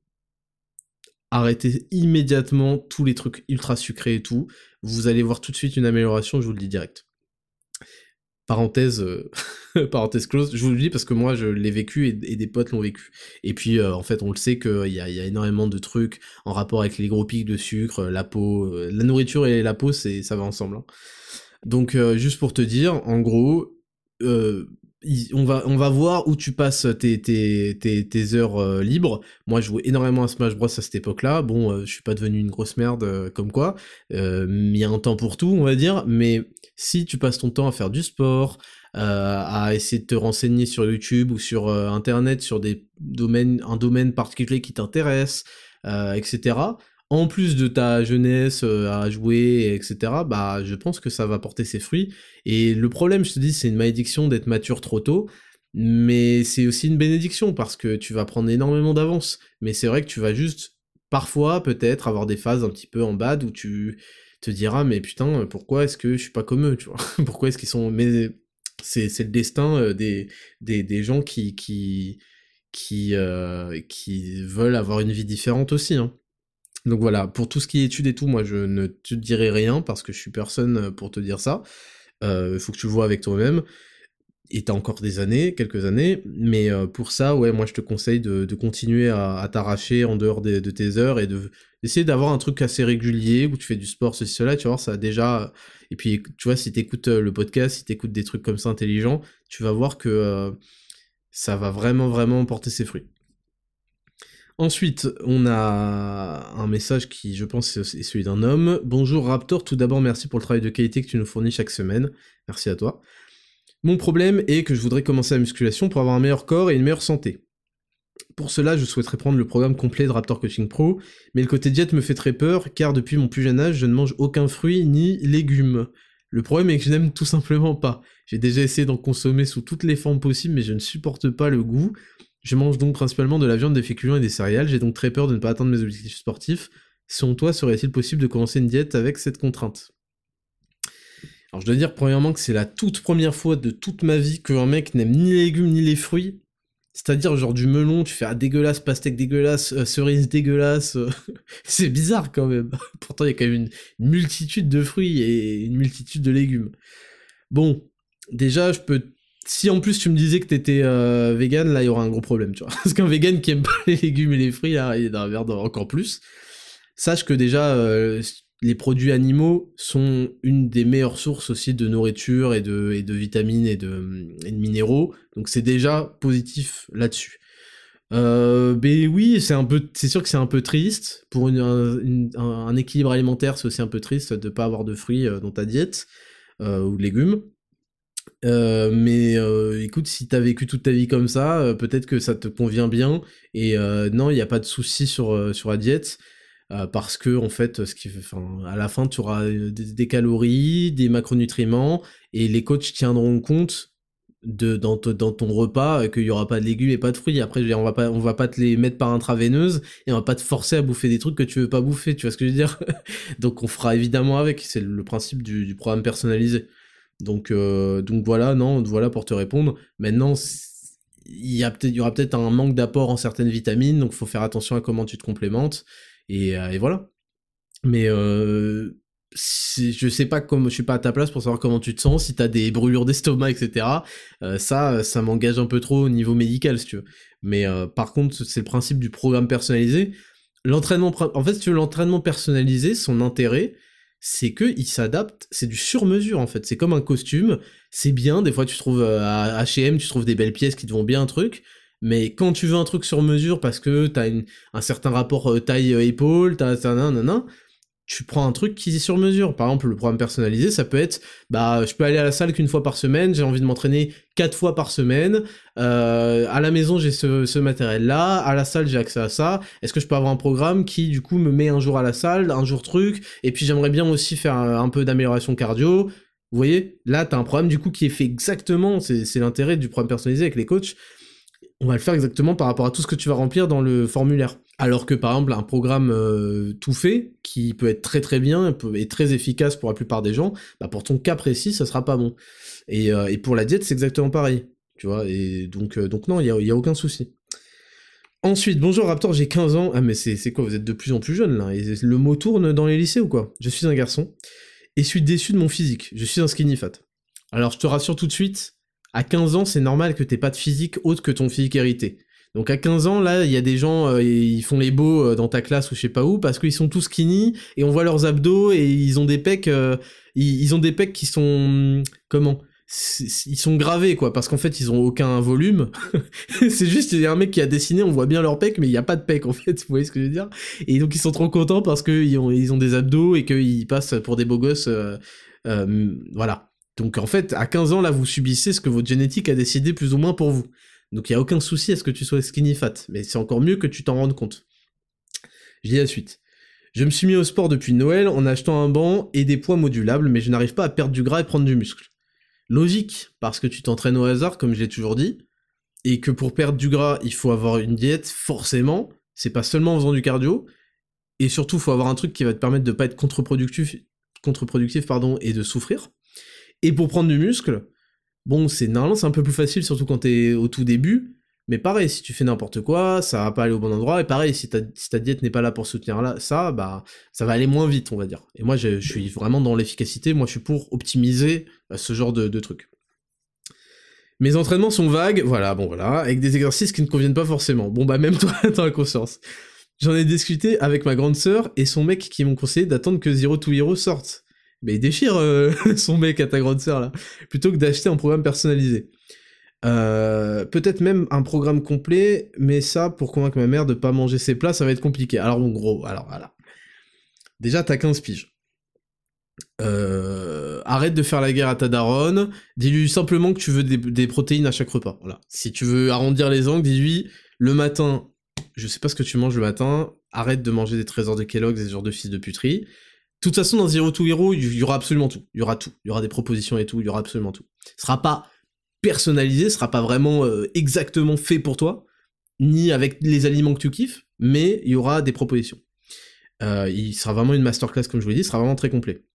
Arrêtez immédiatement tous les trucs ultra sucrés et tout. Vous allez voir tout de suite une amélioration, je vous le dis direct. Parenthèse, euh, parenthèse close, je vous le dis parce que moi je l'ai vécu et, et des potes l'ont vécu. Et puis euh, en fait on le sait qu'il y a, y a énormément de trucs en rapport avec les gros pics de sucre, euh, la peau, euh, la nourriture et la peau, c'est ça va ensemble, hein. Donc euh, juste pour te dire, en gros, euh, il- on va on va voir où tu passes tes tes tes, tes heures euh, libres. Moi, je jouais énormément à Smash Bros à cette époque-là. Bon, euh, je suis pas devenu une grosse merde euh, comme quoi. Euh, Il y a un temps pour tout, on va dire. Mais si tu passes ton temps à faire du sport, euh, à essayer de te renseigner sur YouTube ou sur euh, Internet sur des domaines, un domaine particulier qui t'intéresse, euh, et cetera. En plus de ta jeunesse euh, à jouer, et cetera, bah je pense que ça va porter ses fruits. Et le problème, je te dis, c'est une malédiction d'être mature trop tôt, mais c'est aussi une bénédiction parce que tu vas prendre énormément d'avance. Mais c'est vrai que tu vas juste, parfois, peut-être, avoir des phases un petit peu en bad où tu te diras, mais putain, pourquoi est-ce que je suis pas comme eux, tu vois? Pourquoi est-ce qu'ils sont... Mais c'est, c'est le destin euh, des, des, des gens qui, qui, qui, euh, qui veulent avoir une vie différente aussi, hein. Donc voilà, pour tout ce qui est études et tout, moi je ne te dirai rien parce que je suis personne euh, pour te dire ça. Euh, faut que tu le vois avec toi-même. Et t'as encore des années, quelques années, mais euh, pour ça, ouais, moi je te conseille de, de continuer à, à t'arracher en dehors des- de tes heures et de d'essayer d'avoir un truc assez régulier où tu fais du sport, ceci, cela, tu vas voir, ça a déjà... Et puis, tu vois, si t'écoutes euh, le podcast, si t'écoutes des trucs comme ça intelligents, tu vas voir que euh, ça va vraiment, vraiment porter ses fruits. Ensuite, on a un message qui, je pense, est celui d'un homme. Bonjour Raptor, tout d'abord merci pour le travail de qualité que tu nous fournis chaque semaine. Merci à toi. Mon problème est que je voudrais commencer la musculation pour avoir un meilleur corps et une meilleure santé. Pour cela, je souhaiterais prendre le programme complet de Raptor Coaching Pro, mais le côté diète me fait très peur, car depuis mon plus jeune âge, je ne mange aucun fruit ni légumes. Le problème est que je n'aime tout simplement pas. J'ai déjà essayé d'en consommer sous toutes les formes possibles, mais je ne supporte pas le goût. Je mange donc principalement de la viande, des féculents et des céréales, j'ai donc très peur de ne pas atteindre mes objectifs sportifs. Selon toi, serait-il possible de commencer une diète avec cette contrainte? Alors je dois dire premièrement que c'est la toute première fois de toute ma vie qu'un mec n'aime ni les légumes ni les fruits. C'est-à-dire genre du melon, tu fais ah dégueulasse, pastèque dégueulasse, euh, cerise dégueulasse. euh, c'est bizarre quand même. Pourtant il y a quand même une, une multitude de fruits et une multitude de légumes. Bon, déjà je peux... Si en plus tu me disais que t'étais euh, vegan, là il y aura un gros problème, tu vois. Parce qu'un vegan qui aime pas les légumes et les fruits, là, il est dans la merde encore plus. Sache que déjà, euh, les produits animaux sont une des meilleures sources aussi de nourriture et de, et de vitamines et de, et de minéraux, donc c'est déjà positif là-dessus. Euh, ben oui, c'est un peu, c'est sûr que c'est un peu triste pour une, un, une- un- un équilibre alimentaire, c'est aussi un peu triste de pas avoir de fruits euh, dans ta diète euh, ou de légumes. Euh, mais euh, écoute, si t'as vécu toute ta vie comme ça, euh, peut-être que ça te convient bien. Et euh, non, il n'y a pas de souci sur euh, sur la diète. Euh, parce que en fait, ce qui, enfin, à la fin, tu auras des, des calories, des macronutriments, et les coachs tiendront compte de dans, te- dans ton repas euh, qu'il y aura pas de légumes et pas de fruits. Après, je veux dire, on va pas on va pas te les mettre par intraveineuse et on va pas te forcer à bouffer des trucs que tu veux pas bouffer. Tu vois ce que je veux dire? Donc, on fera évidemment avec. C'est le principe du, du programme personnalisé. Donc, euh, donc voilà, non, voilà pour te répondre. Maintenant, il y a peut-être, il y aura peut-être un manque d'apport en certaines vitamines, donc faut faire attention à comment tu te complémentes. Et, euh, et voilà. Mais euh, si, je sais pas comment, je suis pas à ta place pour savoir comment tu te sens, si t'as des brûlures d'estomac, et cetera. Euh, ça, ça m'engage un peu trop au niveau médical, si tu veux. Mais euh, par contre, c'est le principe du programme personnalisé. L'entraînement, en fait, si tu veux, l'entraînement personnalisé, son intérêt, c'est que il s'adapte, c'est du sur-mesure en fait, c'est comme un costume, c'est bien, des fois tu trouves euh, à H et M, tu trouves des belles pièces qui te vont bien un truc, mais quand tu veux un truc sur mesure parce que t'as une, un certain rapport euh, taille-épaule, t'as, t'as nanana, tu prends un truc qui est sur mesure. Par exemple, le programme personnalisé, ça peut être, bah, je peux aller à la salle qu'une fois par semaine, j'ai envie de m'entraîner quatre fois par semaine, euh, à la maison j'ai ce, ce matériel-là, à la salle j'ai accès à ça, est-ce que je peux avoir un programme qui, du coup, me met un jour à la salle, un jour truc, et puis j'aimerais bien aussi faire un, un peu d'amélioration cardio. Vous voyez, là, t'as un programme, du coup, qui est fait exactement, c'est, c'est l'intérêt du programme personnalisé avec les coachs, on va le faire exactement par rapport à tout ce que tu vas remplir dans le formulaire. Alors que par exemple un programme euh, tout fait, qui peut être très très bien et très efficace pour la plupart des gens, bah pour ton cas précis, ça sera pas bon. Et, euh, et pour la diète, c'est exactement pareil. Tu vois, et donc, euh, donc non, il y a, y a aucun souci. Ensuite, bonjour Raptor, j'ai quinze ans. Ah mais c'est, c'est quoi, vous êtes de plus en plus jeune là, et le mot tourne dans les lycées ou quoi? Je suis un garçon, et suis déçu de mon physique, je suis un skinny fat. Alors je te rassure tout de suite, à quinze ans, c'est normal que t'aies pas de physique autre que ton physique hérité. Donc à quinze ans, là, il y a des gens, euh, ils font les beaux euh, dans ta classe ou je sais pas où, parce qu'ils sont tous skinny, et on voit leurs abdos, et ils ont des pecs, euh, ils, ils ont des pecs qui sont... Comment ? Ils sont gravés, quoi, parce qu'en fait, ils ont aucun volume. C'est juste, il y a un mec qui a dessiné, on voit bien leurs pecs, mais il y a pas de pecs, en fait, vous voyez ce que je veux dire ? Et donc ils sont trop contents parce qu'ils ont, ils ont des abdos, et qu'ils passent pour des beaux gosses, euh, euh, voilà. Donc en fait, à quinze ans, là, vous subissez ce que votre génétique a décidé plus ou moins pour vous. Donc il n'y a aucun souci à ce que tu sois skinny fat, mais c'est encore mieux que tu t'en rendes compte. Je dis la suite. Je me suis mis au sport depuis Noël en achetant un banc et des poids modulables, mais je n'arrive pas à perdre du gras et prendre du muscle. Logique, parce que tu t'entraînes au hasard, comme je l'ai toujours dit, et que pour perdre du gras, il faut avoir une diète, forcément, c'est pas seulement en faisant du cardio, et surtout, il faut avoir un truc qui va te permettre de pas être contre-productif, contre-productif pardon, et de souffrir. Et pour prendre du muscle, bon, c'est normalement c'est un peu plus facile, surtout quand t'es au tout début, mais pareil, si tu fais n'importe quoi, ça va pas aller au bon endroit, et pareil, si ta, si ta diète n'est pas là pour soutenir là, ça, bah, ça va aller moins vite, on va dire. Et moi, je, je suis vraiment dans l'efficacité, moi je suis pour optimiser euh, ce genre de, de trucs. Mes entraînements sont vagues, voilà, bon voilà, avec des exercices qui ne conviennent pas forcément. Bon bah même toi, t'as la conscience. J'en ai discuté avec ma grande sœur et son mec qui m'ont conseillé d'attendre que Zero to Hero sorte. Mais il déchire euh, son mec à ta grande sœur là, plutôt que d'acheter un programme personnalisé. Euh, peut-être même un programme complet, mais ça, pour convaincre ma mère de pas manger ses plats, ça va être compliqué. Alors en gros, alors voilà. Déjà, t'as quinze piges. Euh, arrête de faire la guerre à ta daronne, dis-lui simplement que tu veux des, des protéines à chaque repas. Voilà. Si tu veux arrondir les angles, dis-lui, le matin, je sais pas ce que tu manges le matin, arrête de manger des trésors de Kellogg's et ce genre de fils de puterie. De toute façon, dans Zero to Hero, il y aura absolument tout. Il y aura tout. Il y aura des propositions et tout, il y aura absolument tout. Ce sera pas personnalisé, ce sera pas vraiment euh, exactement fait pour toi, ni avec les aliments que tu kiffes, mais il y aura des propositions. Euh, il sera vraiment une masterclass, comme je vous l'ai dit, il sera vraiment très complet.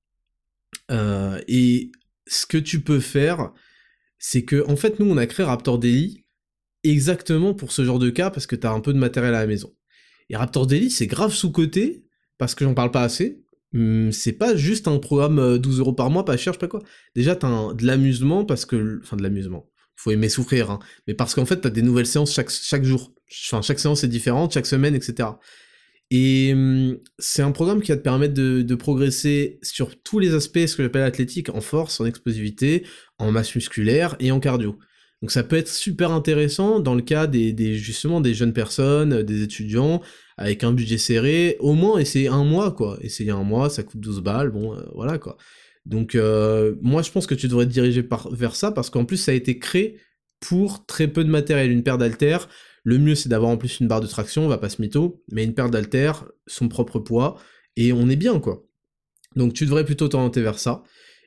Euh, et ce que tu peux faire, c'est que, en fait, nous, on a créé Raptor Daily exactement pour ce genre de cas, parce que t'as un peu de matériel à la maison. Et Raptor Daily, c'est grave sous-coté, parce que j'en parle pas assez. Hum, c'est pas juste un programme douze euros par mois, pas cher, je sais pas quoi. Déjà, t'as un, de l'amusement, parce que... Enfin, de l'amusement. Faut aimer souffrir, hein. Mais parce qu'en fait, t'as des nouvelles séances chaque, chaque jour. Enfin, chaque séance est différente, chaque semaine, et cetera. Et hum, c'est un programme qui va te permettre de, de progresser sur tous les aspects, ce que j'appelle athlétique, en force, en explosivité, en masse musculaire et en cardio. Donc ça peut être super intéressant dans le cas des, des justement des jeunes personnes, des étudiants, avec un budget serré, au moins essayer un mois, quoi. Essayer un mois, ça coûte douze balles, bon, euh, voilà, quoi. Donc euh, moi je pense que tu devrais te diriger par, vers ça, parce qu'en plus ça a été créé pour très peu de matériel, une paire d'haltères. Le mieux c'est d'avoir en plus une barre de traction, on va pas se mytho, mais une paire d'haltères, son propre poids, et on est bien, quoi. Donc tu devrais plutôt t'orienter vers ça.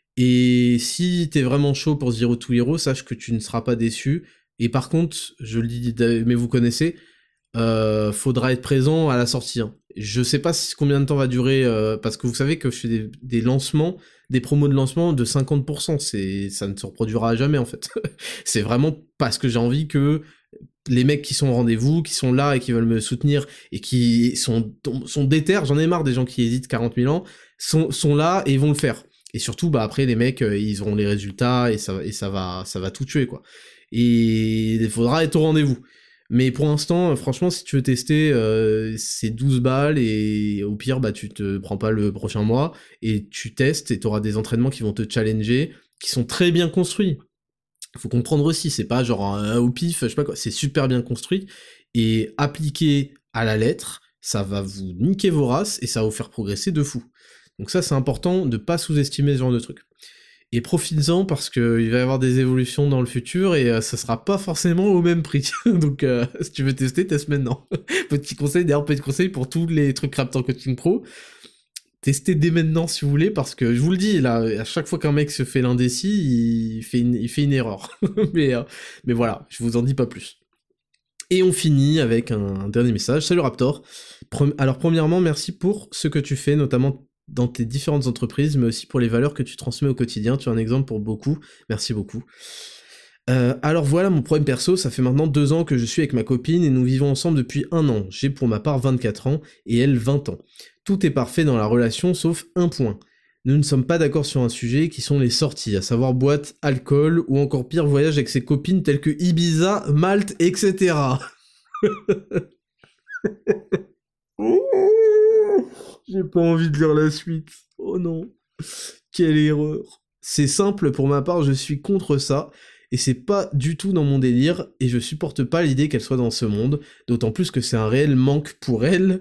Et si t'es vraiment chaud pour Zero to Hero, sache que tu ne seras pas déçu. Et par contre, je le dis, mais vous connaissez, euh, faudra être présent à la sortie. Hein. Je sais pas si, combien de temps va durer, euh, parce que vous savez que je fais des, des lancements, des promos de lancement de cinquante pour cent. C'est, ça ne se reproduira à jamais en fait. C'est vraiment parce que j'ai envie que les mecs qui sont au rendez-vous, qui sont là et qui veulent me soutenir et qui sont, sont déter, j'en ai marre des gens qui hésitent quarante mille ans, sont, sont là et vont le faire. Et surtout, bah après les mecs, euh, ils auront les résultats et ça, et ça va, ça va tout tuer quoi. Et il faudra être au rendez-vous. Mais pour l'instant, franchement, si tu veux tester, euh, c'est douze balles, et au pire, bah tu te prends pas le prochain mois, et tu testes, et t'auras des entraînements qui vont te challenger, qui sont très bien construits. Faut comprendre aussi, c'est pas genre un, au pif, je sais pas quoi, c'est super bien construit, et appliqué à la lettre, ça va vous niquer vos races, et ça va vous faire progresser de fou. Donc ça, c'est important de pas sous-estimer ce genre de truc. Et profites-en, parce qu'il va y avoir des évolutions dans le futur, et euh, ça sera pas forcément au même prix. Donc euh, si tu veux tester, teste maintenant. Petit conseil, d'ailleurs petit conseil pour tous les trucs Raptor Coaching Pro, testez dès maintenant si vous voulez, parce que je vous le dis, là, à chaque fois qu'un mec se fait l'indécis, il fait une, il fait une erreur. mais, euh, mais voilà, je vous en dis pas plus. Et on finit avec un, un dernier message. Salut Raptor. Pre- Alors premièrement, merci pour ce que tu fais, notamment dans tes différentes entreprises, mais aussi pour les valeurs que tu transmets au quotidien. Tu es un exemple pour beaucoup. Merci beaucoup. Euh, alors voilà mon problème perso, ça fait maintenant deux ans que je suis avec ma copine et nous vivons ensemble depuis un an. J'ai pour ma part vingt-quatre ans et elle vingt ans. Tout est parfait dans la relation sauf un point. Nous ne sommes pas d'accord sur un sujet qui sont les sorties, à savoir boîte, alcool ou encore pire voyage avec ses copines telles que Ibiza, Malte, et cetera. J'ai pas envie de lire la suite. Oh non. Quelle erreur. C'est simple, pour ma part, je suis contre ça, et c'est pas du tout dans mon délire, et je supporte pas l'idée qu'elle soit dans ce monde, d'autant plus que c'est un réel manque pour elle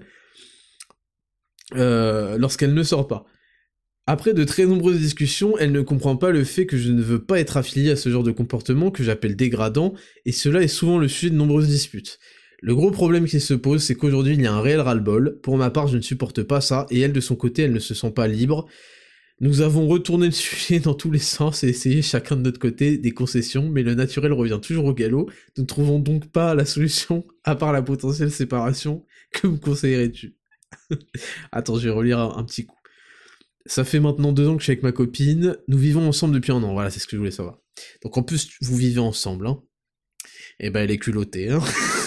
euh, lorsqu'elle ne sort pas. Après de très nombreuses discussions, elle ne comprend pas le fait que je ne veux pas être affilié à ce genre de comportement que j'appelle dégradant, et cela est souvent le sujet de nombreuses disputes. Le gros problème qui se pose, c'est qu'aujourd'hui il y a un réel ras-le-bol. Pour ma part, je ne supporte pas ça, et elle de son côté, elle ne se sent pas libre. Nous avons retourné le sujet dans tous les sens et essayé chacun de notre côté des concessions, mais le naturel revient toujours au galop. Nous ne trouvons donc pas la solution, à part la potentielle séparation. Que me conseillerais-tu? Attends, je vais relire un, un petit coup. Ça fait maintenant deux ans que je suis avec ma copine, nous vivons ensemble depuis un an, voilà, c'est ce que je voulais savoir. Donc en plus, vous vivez ensemble, hein. Et ben elle est culottée, hein.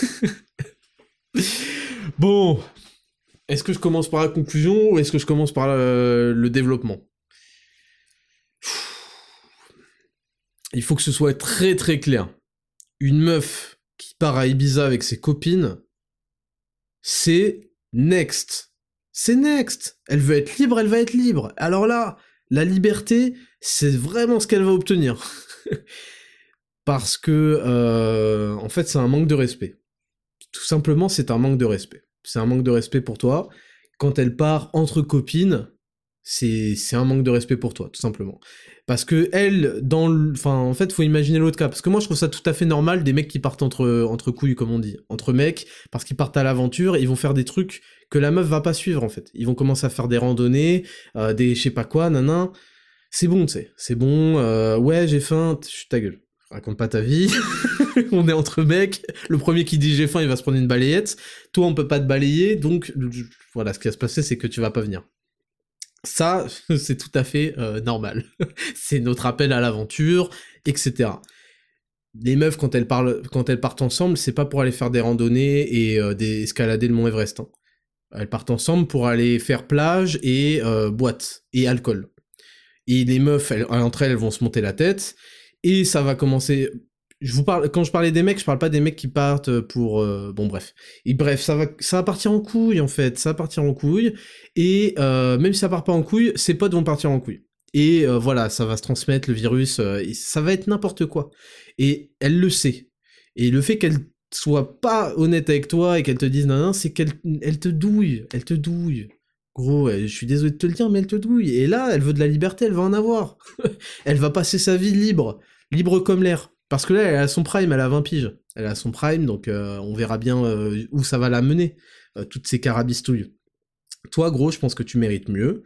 Bon, est-ce que je commence par la conclusion, ou est-ce que je commence par le, le développement? Il faut que ce soit très très clair. Une meuf qui part à Ibiza avec ses copines, c'est next. C'est next. Elle veut être libre, elle va être libre. Alors là, la liberté, c'est vraiment ce qu'elle va obtenir. Parce que, euh, en fait, c'est un manque de respect. Tout simplement, c'est un manque de respect. C'est un manque de respect pour toi. Quand elle part entre copines, c'est c'est un manque de respect pour toi, tout simplement. Parce que elle, dans le... Enfin, en fait, faut imaginer l'autre cas. Parce que moi, je trouve ça tout à fait normal, des mecs qui partent entre, entre couilles, comme on dit. Entre mecs, parce qu'ils partent à l'aventure, ils vont faire des trucs que la meuf va pas suivre, en fait. Ils vont commencer à faire des randonnées, euh, des je sais pas quoi, nanan. C'est bon, tu sais. C'est bon, euh, ouais, j'ai faim, chut, ta gueule. Raconte pas ta vie. On est entre mecs. Le premier qui dit j'ai faim, il va se prendre une balayette. Toi, on peut pas te balayer, donc voilà, ce qui va se passer, c'est que tu vas pas venir. Ça, c'est tout à fait euh, normal. C'est notre appel à l'aventure, et cetera. Les meufs, quand elles, parlent, quand elles partent ensemble, c'est pas pour aller faire des randonnées et euh, des, escalader le mont Everest. Hein. Elles partent ensemble pour aller faire plage et euh, boîte, et alcool. Et les meufs, elles, entre elles, elles vont se monter la tête, et ça va commencer... Je vous parle, quand je parlais des mecs, je parle pas des mecs qui partent pour... Euh, bon bref. Et bref, ça va, ça va partir en couille en fait, ça va partir en couille, et euh, même si ça part pas en couille, ses potes vont partir en couille. Et euh, voilà, ça va se transmettre, le virus, euh, et ça va être n'importe quoi. Et elle le sait. Et le fait qu'elle soit pas honnête avec toi et qu'elle te dise non, non, c'est qu'elle elle te douille, elle te douille. Gros, je suis désolé de te le dire, mais elle te douille. Et là, elle veut de la liberté, elle va en avoir. Elle va passer sa vie libre, libre comme l'air. Parce que là, elle a son prime, elle a vingt piges. Elle a son prime, donc euh, on verra bien euh, où ça va la mener, euh, toutes ces carabistouilles. Toi, gros, je pense que tu mérites mieux.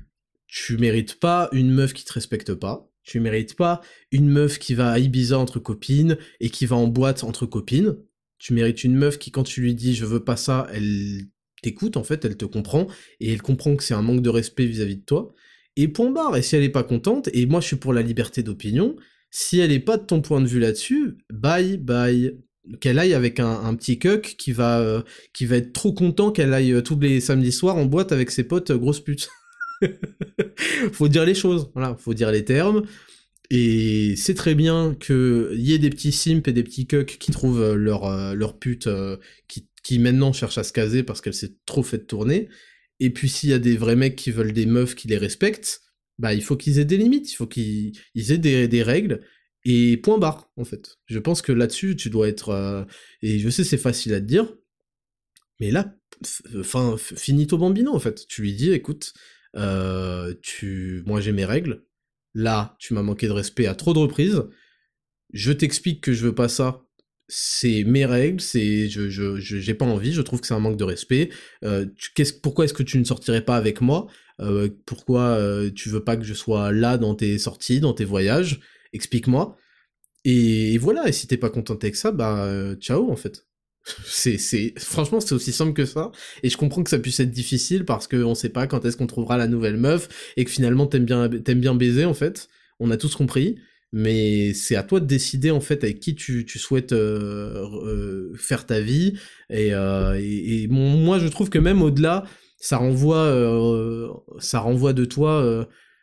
Tu mérites pas une meuf qui te respecte pas. Tu mérites pas une meuf qui va à Ibiza entre copines et qui va en boîte entre copines. Tu mérites une meuf qui, quand tu lui dis « je veux pas ça », elle t'écoute, en fait, elle te comprend, et elle comprend que c'est un manque de respect vis-à-vis de toi. Et point barre. Et si elle est pas contente, et moi je suis pour la liberté d'opinion, si elle est pas de ton point de vue là-dessus, bye bye. Qu'elle aille avec un, un petit cuck qui va, euh, qui va être trop content qu'elle aille euh, tous les samedis soirs en boîte avec ses potes euh, grosses putes. Faut dire les choses, voilà, faut dire les termes. Et c'est très bien qu'il y ait des petits simps et des petits cucks qui trouvent leur, euh, leur pute, euh, qui, qui maintenant cherchent à se caser parce qu'elle s'est trop fait tourner. Et puis s'il y a des vrais mecs qui veulent des meufs qui les respectent, bah il faut qu'ils aient des limites, il faut qu'ils ils aient des, des règles, et point barre, en fait. Je pense que là-dessus, tu dois être... euh, et je sais, c'est facile à te dire, mais là, enfin, finito bambino, en fait. Tu lui dis, écoute, euh, tu... moi j'ai mes règles, là, tu m'as manqué de respect à trop de reprises, je t'explique que je veux pas ça, c'est mes règles, c'est je, je, je j'ai pas envie, je trouve que c'est un manque de respect. Euh, tu, qu'est-ce, pourquoi est-ce que tu ne sortirais pas avec moi? Euh, pourquoi euh, tu veux pas que je sois là dans tes sorties, dans tes voyages? Explique-moi. Et, et voilà, et si t'es pas content avec ça, bah euh, ciao en fait. C'est, c'est, franchement, c'est aussi simple que ça. Et je comprends que ça puisse être difficile parce qu'on sait pas quand est-ce qu'on trouvera la nouvelle meuf et que finalement t'aimes bien, t'aimes bien baiser en fait. On a tous compris. Mais c'est à toi de décider en fait avec qui tu, tu souhaites euh, euh, faire ta vie. Et, euh, et, et bon, moi je trouve que même au-delà, ça renvoie, euh, ça renvoie de toi euh,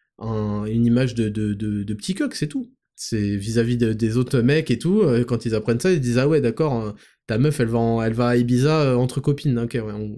un, une image de, de, de, de petit coq, c'est tout. C'est vis-à-vis de, des autres mecs et tout, euh, quand ils apprennent ça, ils disent ah ouais d'accord, hein, ta meuf elle va, en, elle va à Ibiza euh, entre copines, ok ouais, on...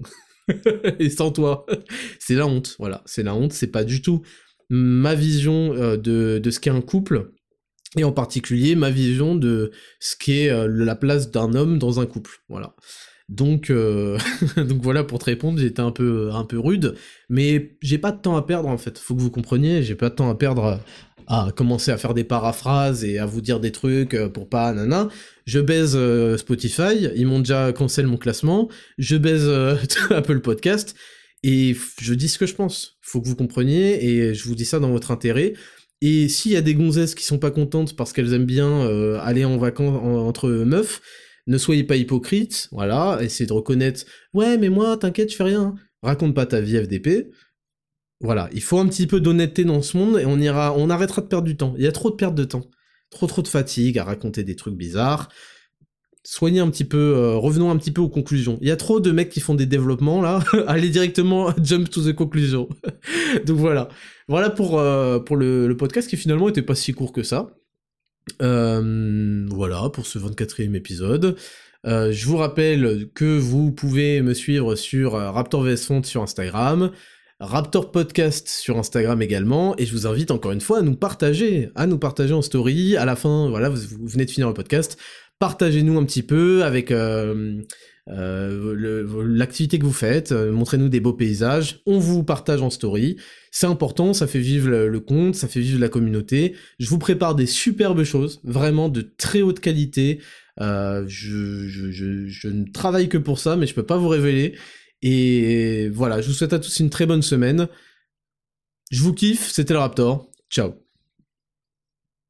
et sans toi. C'est la honte, voilà, c'est la honte, c'est pas du tout ma vision euh, de, de ce qu'est un couple, et en particulier ma vision de ce qu'est euh, la place d'un homme dans un couple, voilà. Donc, euh... donc voilà, pour te répondre, j'étais un peu, un peu rude, mais j'ai pas de temps à perdre en fait, faut que vous compreniez, j'ai pas de temps à perdre à commencer à faire des paraphrases et à vous dire des trucs pour pas nana. Je baise euh, Spotify, ils m'ont déjà cancel mon classement, je baise euh, Apple Podcast, et je dis ce que je pense, faut que vous compreniez, et je vous dis ça dans votre intérêt. Et s'il y a des gonzesses qui sont pas contentes parce qu'elles aiment bien euh, aller en vacances en, entre meufs, ne soyez pas hypocrites, voilà, essayez de reconnaître « Ouais, mais moi, t'inquiète, je fais rien. » Raconte pas ta vie F D P. Voilà, il faut un petit peu d'honnêteté dans ce monde, et on ira, on arrêtera de perdre du temps. Il y a trop de perte de temps. Trop trop de fatigue à raconter des trucs bizarres. Soignez un petit peu, euh, revenons un petit peu aux conclusions. Il y a trop de mecs qui font des développements, là, allez directement jump to the conclusion. Donc voilà. Voilà pour, euh, pour le, le podcast qui finalement était pas si court que ça. Euh, voilà, pour ce vingt-quatrième épisode. Euh, je vous rappelle que vous pouvez me suivre sur Raptor V S Font sur Instagram, Raptor Podcast sur Instagram également, et je vous invite encore une fois à nous partager, à nous partager en story. À la fin, voilà, vous, vous venez de finir le podcast, partagez-nous un petit peu avec euh, euh, le, l'activité que vous faites, euh, montrez-nous des beaux paysages, on vous partage en story, c'est important, ça fait vivre le, le compte, ça fait vivre la communauté. Je vous prépare des superbes choses, vraiment de très haute qualité. Euh, je, je, je, je ne travaille que pour ça, mais je peux pas vous révéler. Et voilà, je vous souhaite à tous une très bonne semaine. Je vous kiffe, c'était le Raptor. Ciao.